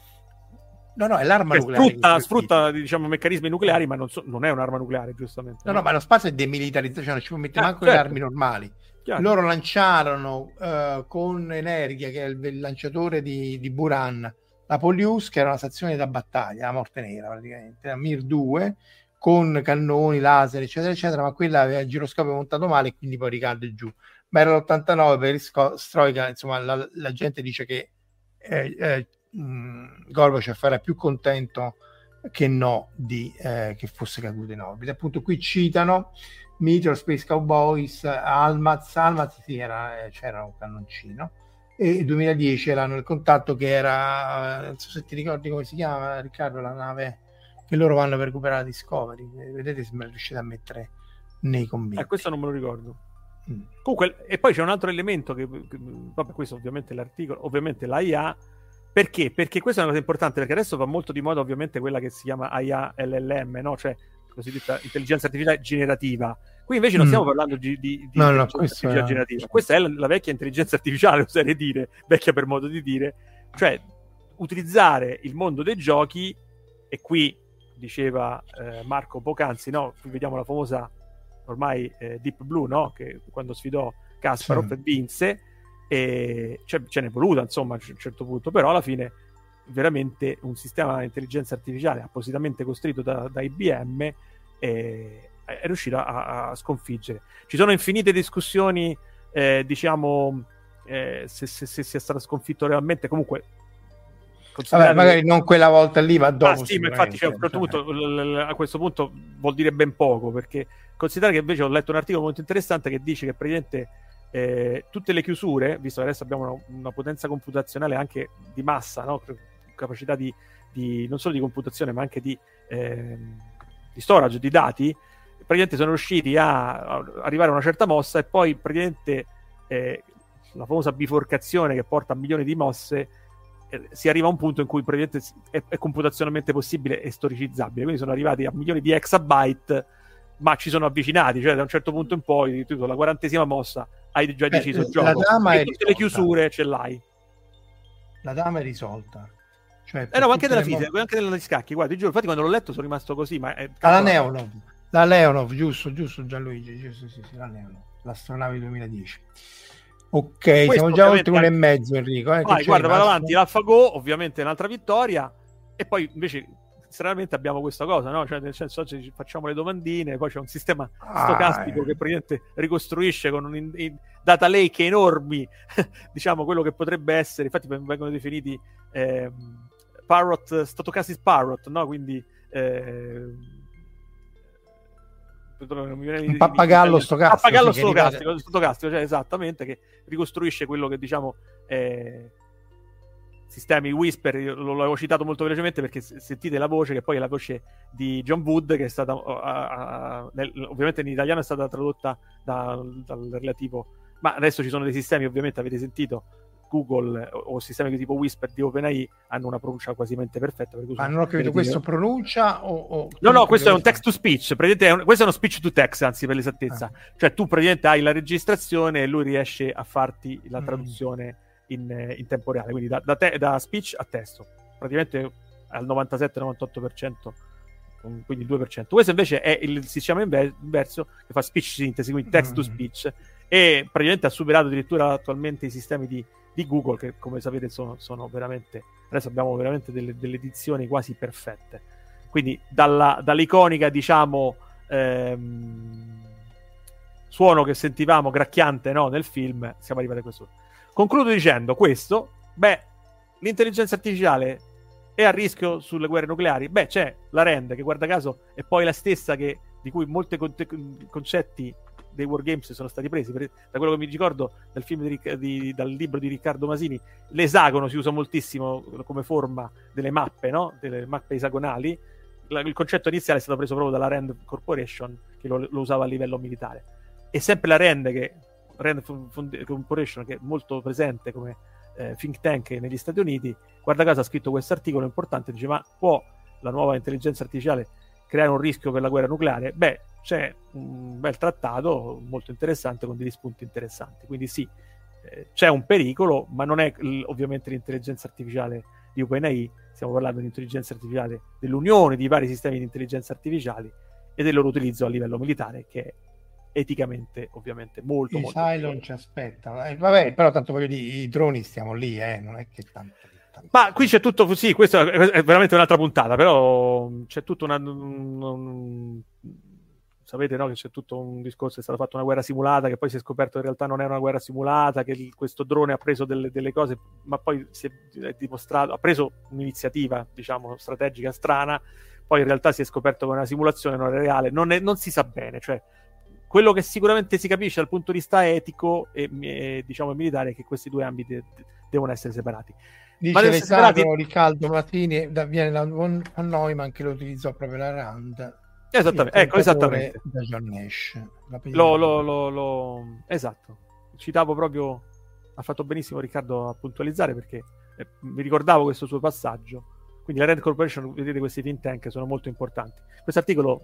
No, no, è l'arma cioè, nucleare. Sfrutta, sfrutta diciamo, meccanismi nucleari, ma non, so, non è un'arma nucleare, giustamente. No, no, no, ma lo spazio è demilitarizzato, cioè non ci può mettere eh, manco certo. le armi normali. Chiaro. Loro lanciarono uh, con Energia, che è il, il lanciatore di, di Buran, la Polius, che era una stazione da battaglia, la morte nera praticamente, la Mir due, con cannoni, laser, eccetera, eccetera, ma quella aveva il giroscopio montato male e quindi poi ricade giù. Ma era l'ottantanove per Perestroika, insomma, la, la gente dice che eh, eh, Gorbachev era più contento che no di eh, che fosse caduto in orbita. Appunto qui citano Meteor, Space Cowboys, Almaz, Almaz sì, era, eh, c'era un cannoncino, e nel duemiladieci erano il contatto che era, non so se ti ricordi come si chiama, Riccardo, la nave che loro vanno per recuperare la Discovery, vedete se me la riuscite a mettere nei commenti. Eh, questo non me lo ricordo. Mm. Comunque, e poi c'è un altro elemento che, che vabbè, questo ovviamente l'articolo, ovviamente l'A I A. Perché? Perché questa è una cosa importante, perché adesso va molto di moda ovviamente quella che si chiama A I A L L M, no? Cioè cosiddetta intelligenza artificiale generativa. Qui invece non mm. stiamo parlando di, di, di no, intelligenza no, artificiale è... generativa. Questa è la, la vecchia intelligenza artificiale, oserei dire, vecchia per modo di dire, cioè utilizzare il mondo dei giochi, e qui diceva eh, Marco poc'anzi, no? Qui vediamo la famosa ormai eh, Deep Blue, no? Che quando sfidò Kasparov sì. vinse, e cioè, ce n'è voluta insomma a un certo punto, però alla fine veramente un sistema di intelligenza artificiale appositamente costruito da, da I B M eh, è riuscito a, a sconfiggere. Ci sono infinite discussioni eh, diciamo eh, se, se, se sia stato sconfitto realmente. Comunque vabbè, magari non quella volta lì, ma dopo. Ah, sì, ma infatti cioè, a, questo punto, a questo punto vuol dire ben poco, perché considerate che invece ho letto un articolo molto interessante che dice che praticamente Eh, tutte le chiusure, visto che adesso abbiamo una, una potenza computazionale anche di massa, no? Capacità di, di non solo di computazione ma anche di, eh, di storage di dati, praticamente sono riusciti a, a arrivare a una certa mossa, e poi praticamente eh, la famosa biforcazione che porta a milioni di mosse, eh, si arriva a un punto in cui praticamente è, è computazionalmente possibile e storicizzabile, quindi sono arrivati a milioni di exabyte, ma ci sono avvicinati, cioè da un certo punto in poi, la quarantesima mossa, hai già deciso il gioco, e tutte le chiusure ce l'hai. La dama è risolta, cioè, eh no, ma anche della fisica, mo- anche della scacchi, guarda, ti giuro, infatti quando l'ho letto sono rimasto così, ma è... ah, la Leonov, la Leonov, giusto, giusto Gianluigi, giusto, sì, sì, la Leonov, l'astronave duemiladieci. Ok, questo siamo già oltre un e mezzo, Enrico. Eh, vai, guarda, vado avanti, l'AlphaGo, ovviamente un'altra vittoria, e poi invece stranamente abbiamo questa cosa, no? Cioè, nel senso, oggi facciamo le domandine, poi c'è un sistema stocastico ah, che praticamente ricostruisce con un in, in data lake enormi, diciamo, quello che potrebbe essere, infatti vengono definiti eh, parrot, stochastic parrot, no? Quindi eh, un pappagallo stocastico, pappagallo sì, stocastico, stocastico, cioè esattamente, che ricostruisce quello che diciamo eh, sistemi Whisper. Io l'avevo citato molto velocemente perché sentite la voce, che poi è la voce di John Wood, che è stata uh, uh, nel, ovviamente in italiano è stata tradotta da, dal relativo, ma adesso ci sono dei sistemi, ovviamente avete sentito Google o, o sistemi tipo Whisper di OpenAI hanno una pronuncia quasi perfetta. Per ma non ho capito, questo pronuncia o, o... no no questo è un text to speech, praticamente è un, questo è uno speech to text, anzi, per l'esattezza, ah. Cioè tu praticamente hai la registrazione e lui riesce a farti la traduzione mm. In, in tempo reale, quindi da, da, te, da speech a testo, praticamente al novantasette novantotto per cento, quindi il due per cento. Questo invece è il sistema inverso che fa speech synthesis, quindi text to speech, e praticamente ha superato addirittura attualmente i sistemi di, di Google, che come sapete sono, sono veramente, adesso abbiamo veramente delle, delle edizioni quasi perfette, quindi dalla, dall'iconica diciamo ehm, suono che sentivamo gracchiante, no, nel film, siamo arrivati a questo. Concludo dicendo questo, beh, l'intelligenza artificiale è a rischio sulle guerre nucleari? Beh, c'è la Rand, che guarda caso è poi la stessa che, di cui molti concetti dei wargames sono stati presi. Per, da quello che mi ricordo dal film di, di, dal libro di Riccardo Masini, l'esagono si usa moltissimo come forma delle mappe, no? Delle mappe esagonali. La, il concetto iniziale è stato preso proprio dalla Rand Corporation, che lo, lo usava a livello militare. E sempre la Rand, che Rand Fund- Corporation, che è molto presente come eh, think tank negli Stati Uniti, guarda caso ha scritto questo articolo importante, dice: ma può la nuova intelligenza artificiale creare un rischio per la guerra nucleare? Beh, c'è un bel trattato molto interessante con degli spunti interessanti, quindi sì, eh, c'è un pericolo, ma non è l- ovviamente l'intelligenza artificiale di OpenAI, stiamo parlando di intelligenza artificiale dell'unione di vari sistemi di intelligenza artificiali e del loro utilizzo a livello militare, che è eticamente ovviamente molto I molto Cylon ci aspettano, eh, vabbè, però tanto voglio dire, i droni stiamo lì, eh, non è che tanto, tanto... Ma qui c'è tutto, sì, questa è veramente un'altra puntata, però c'è tutto una... Un, un, sapete, no, che c'è tutto un discorso, è stata fatta una guerra simulata, che poi si è scoperto in realtà non era una guerra simulata, che il, questo drone ha preso delle, delle cose, ma poi si è, è dimostrato, ha preso un'iniziativa, diciamo, strategica strana, poi in realtà si è scoperto che una simulazione non è reale, non, è, non si sa bene, cioè quello che sicuramente si capisce dal punto di vista etico e, e diciamo militare è che questi due ambiti de- devono essere separati. Dice Alessandro Riccardo Martini, da, viene da a noi, ma anche lo utilizzò proprio la Rand. Esattamente, ecco, esattamente. Da John Nash. Lo, lo, lo, lo, esatto. Citavo proprio, ha fatto benissimo Riccardo a puntualizzare, perché eh, mi ricordavo questo suo passaggio. Quindi la Rand Corporation, vedete, questi think tank sono molto importanti. Questo articolo,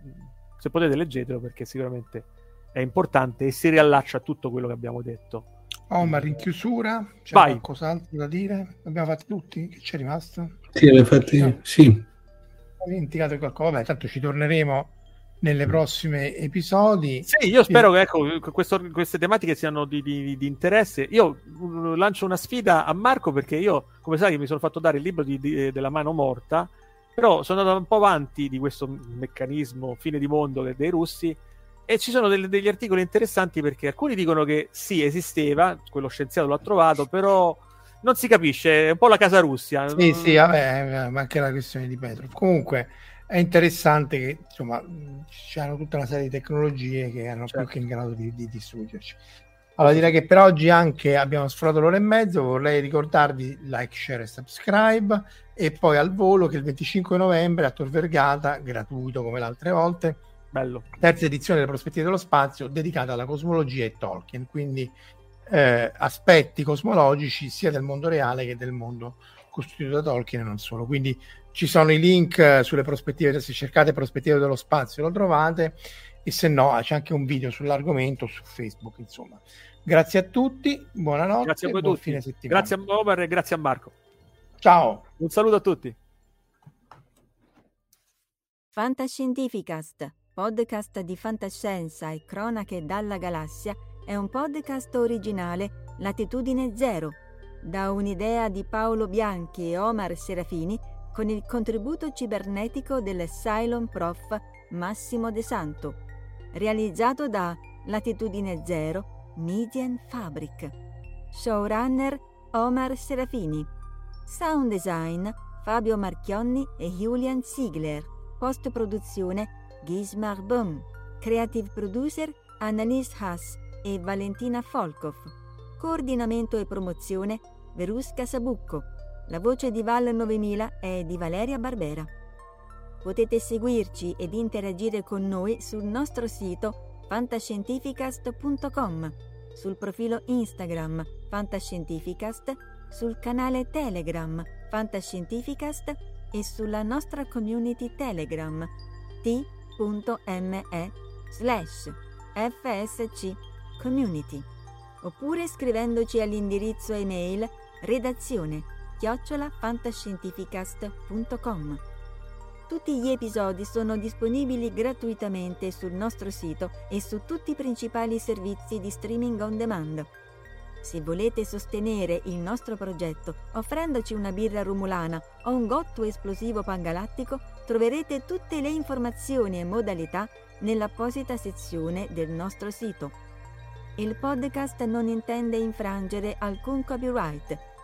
se potete, leggetelo, perché sicuramente è importante e si riallaccia a tutto quello che abbiamo detto. Omar, in chiusura c'è Vai. qualcos'altro da dire? Abbiamo fatti tutti? Che c'è rimasto? Sì, infatti, no. Sì. Ho dimenticato qualcosa, vabbè, tanto ci torneremo nelle prossime episodi. Sì, io spero che ecco, questo, queste tematiche siano di, di, di interesse. Io uh, lancio una sfida a Marco, perché io, come sai, mi sono fatto dare il libro di, di, della mano morta, però sono andato un po' avanti di questo meccanismo fine di mondo dei russi, e ci sono delle, degli articoli interessanti, perché alcuni dicono che sì, esisteva, quello scienziato l'ha trovato, però non si capisce, è un po' la casa Russia. Sì, sì, vabbè, ma anche la questione di Petrov. Comunque è interessante che, insomma, c'hanno tutta una serie di tecnologie che hanno certo. più che in grado di, di distruggerci. Allora, direi che per oggi anche abbiamo sforato l'ora e mezzo. Vorrei ricordarvi like, share e subscribe, e poi al volo che il venticinque novembre a Tor Vergata, gratuito come le altre volte, bello, terza edizione delle prospettive dello spazio dedicata alla cosmologia e Tolkien, quindi eh, aspetti cosmologici sia del mondo reale che del mondo costituito da Tolkien e non solo. Quindi ci sono i link sulle prospettive, se cercate prospettive dello spazio lo trovate, e se no c'è anche un video sull'argomento su Facebook. Insomma, grazie a tutti, buonanotte, grazie a voi buon tutti. Fine settimana. Grazie a Omar e grazie a Marco. Ciao, un saluto a tutti. Fantascientificast, podcast di fantascienza e cronache dalla galassia, è un podcast originale Latitudine Zero, da un'idea di Paolo Bianchi e Omar Serafini, con il contributo cibernetico del Cylon Prof Massimo De Santo, realizzato da Latitudine Zero Media Fabric. Showrunner Omar Serafini. Sound design Fabio Marchionni e Julian Ziegler. Post produzione Gismar Böhm. Creative producer Annalise Haas e Valentina Folkov. Coordinamento e promozione Verusca Sabucco. La voce di Val novemila è di Valeria Barbera. Potete seguirci ed interagire con noi sul nostro sito fantascientificast punto com, sul profilo Instagram Fantascientificast, sul canale Telegram Fantascientificast e sulla nostra community Telegram t.me slash fsc community, oppure scrivendoci all'indirizzo email redazione chiocciola fantascientificast punto com. Tutti gli episodi sono disponibili gratuitamente sul nostro sito e su tutti i principali servizi di streaming on demand. Se volete sostenere il nostro progetto offrendoci una birra rumulana o un gotto esplosivo pangalattico, troverete tutte le informazioni e modalità nell'apposita sezione del nostro sito. Il podcast non intende infrangere alcun copyright,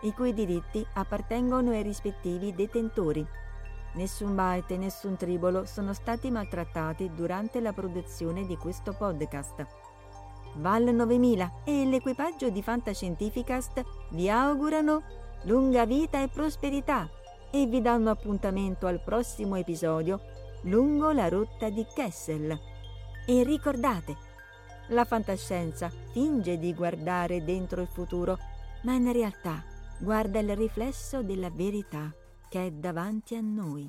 i cui diritti appartengono ai rispettivi detentori. Nessun byte e nessun tribolo sono stati maltrattati durante la produzione di questo podcast. Val novemila e l'equipaggio di Fantascientificast vi augurano lunga vita e prosperità e vi danno appuntamento al prossimo episodio lungo la rotta di Kessel. E ricordate, la fantascienza finge di guardare dentro il futuro, ma in realtà guarda il riflesso della verità che è davanti a noi.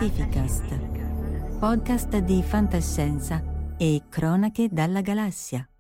Fantascientificast, podcast di fantascienza e cronache dalla galassia.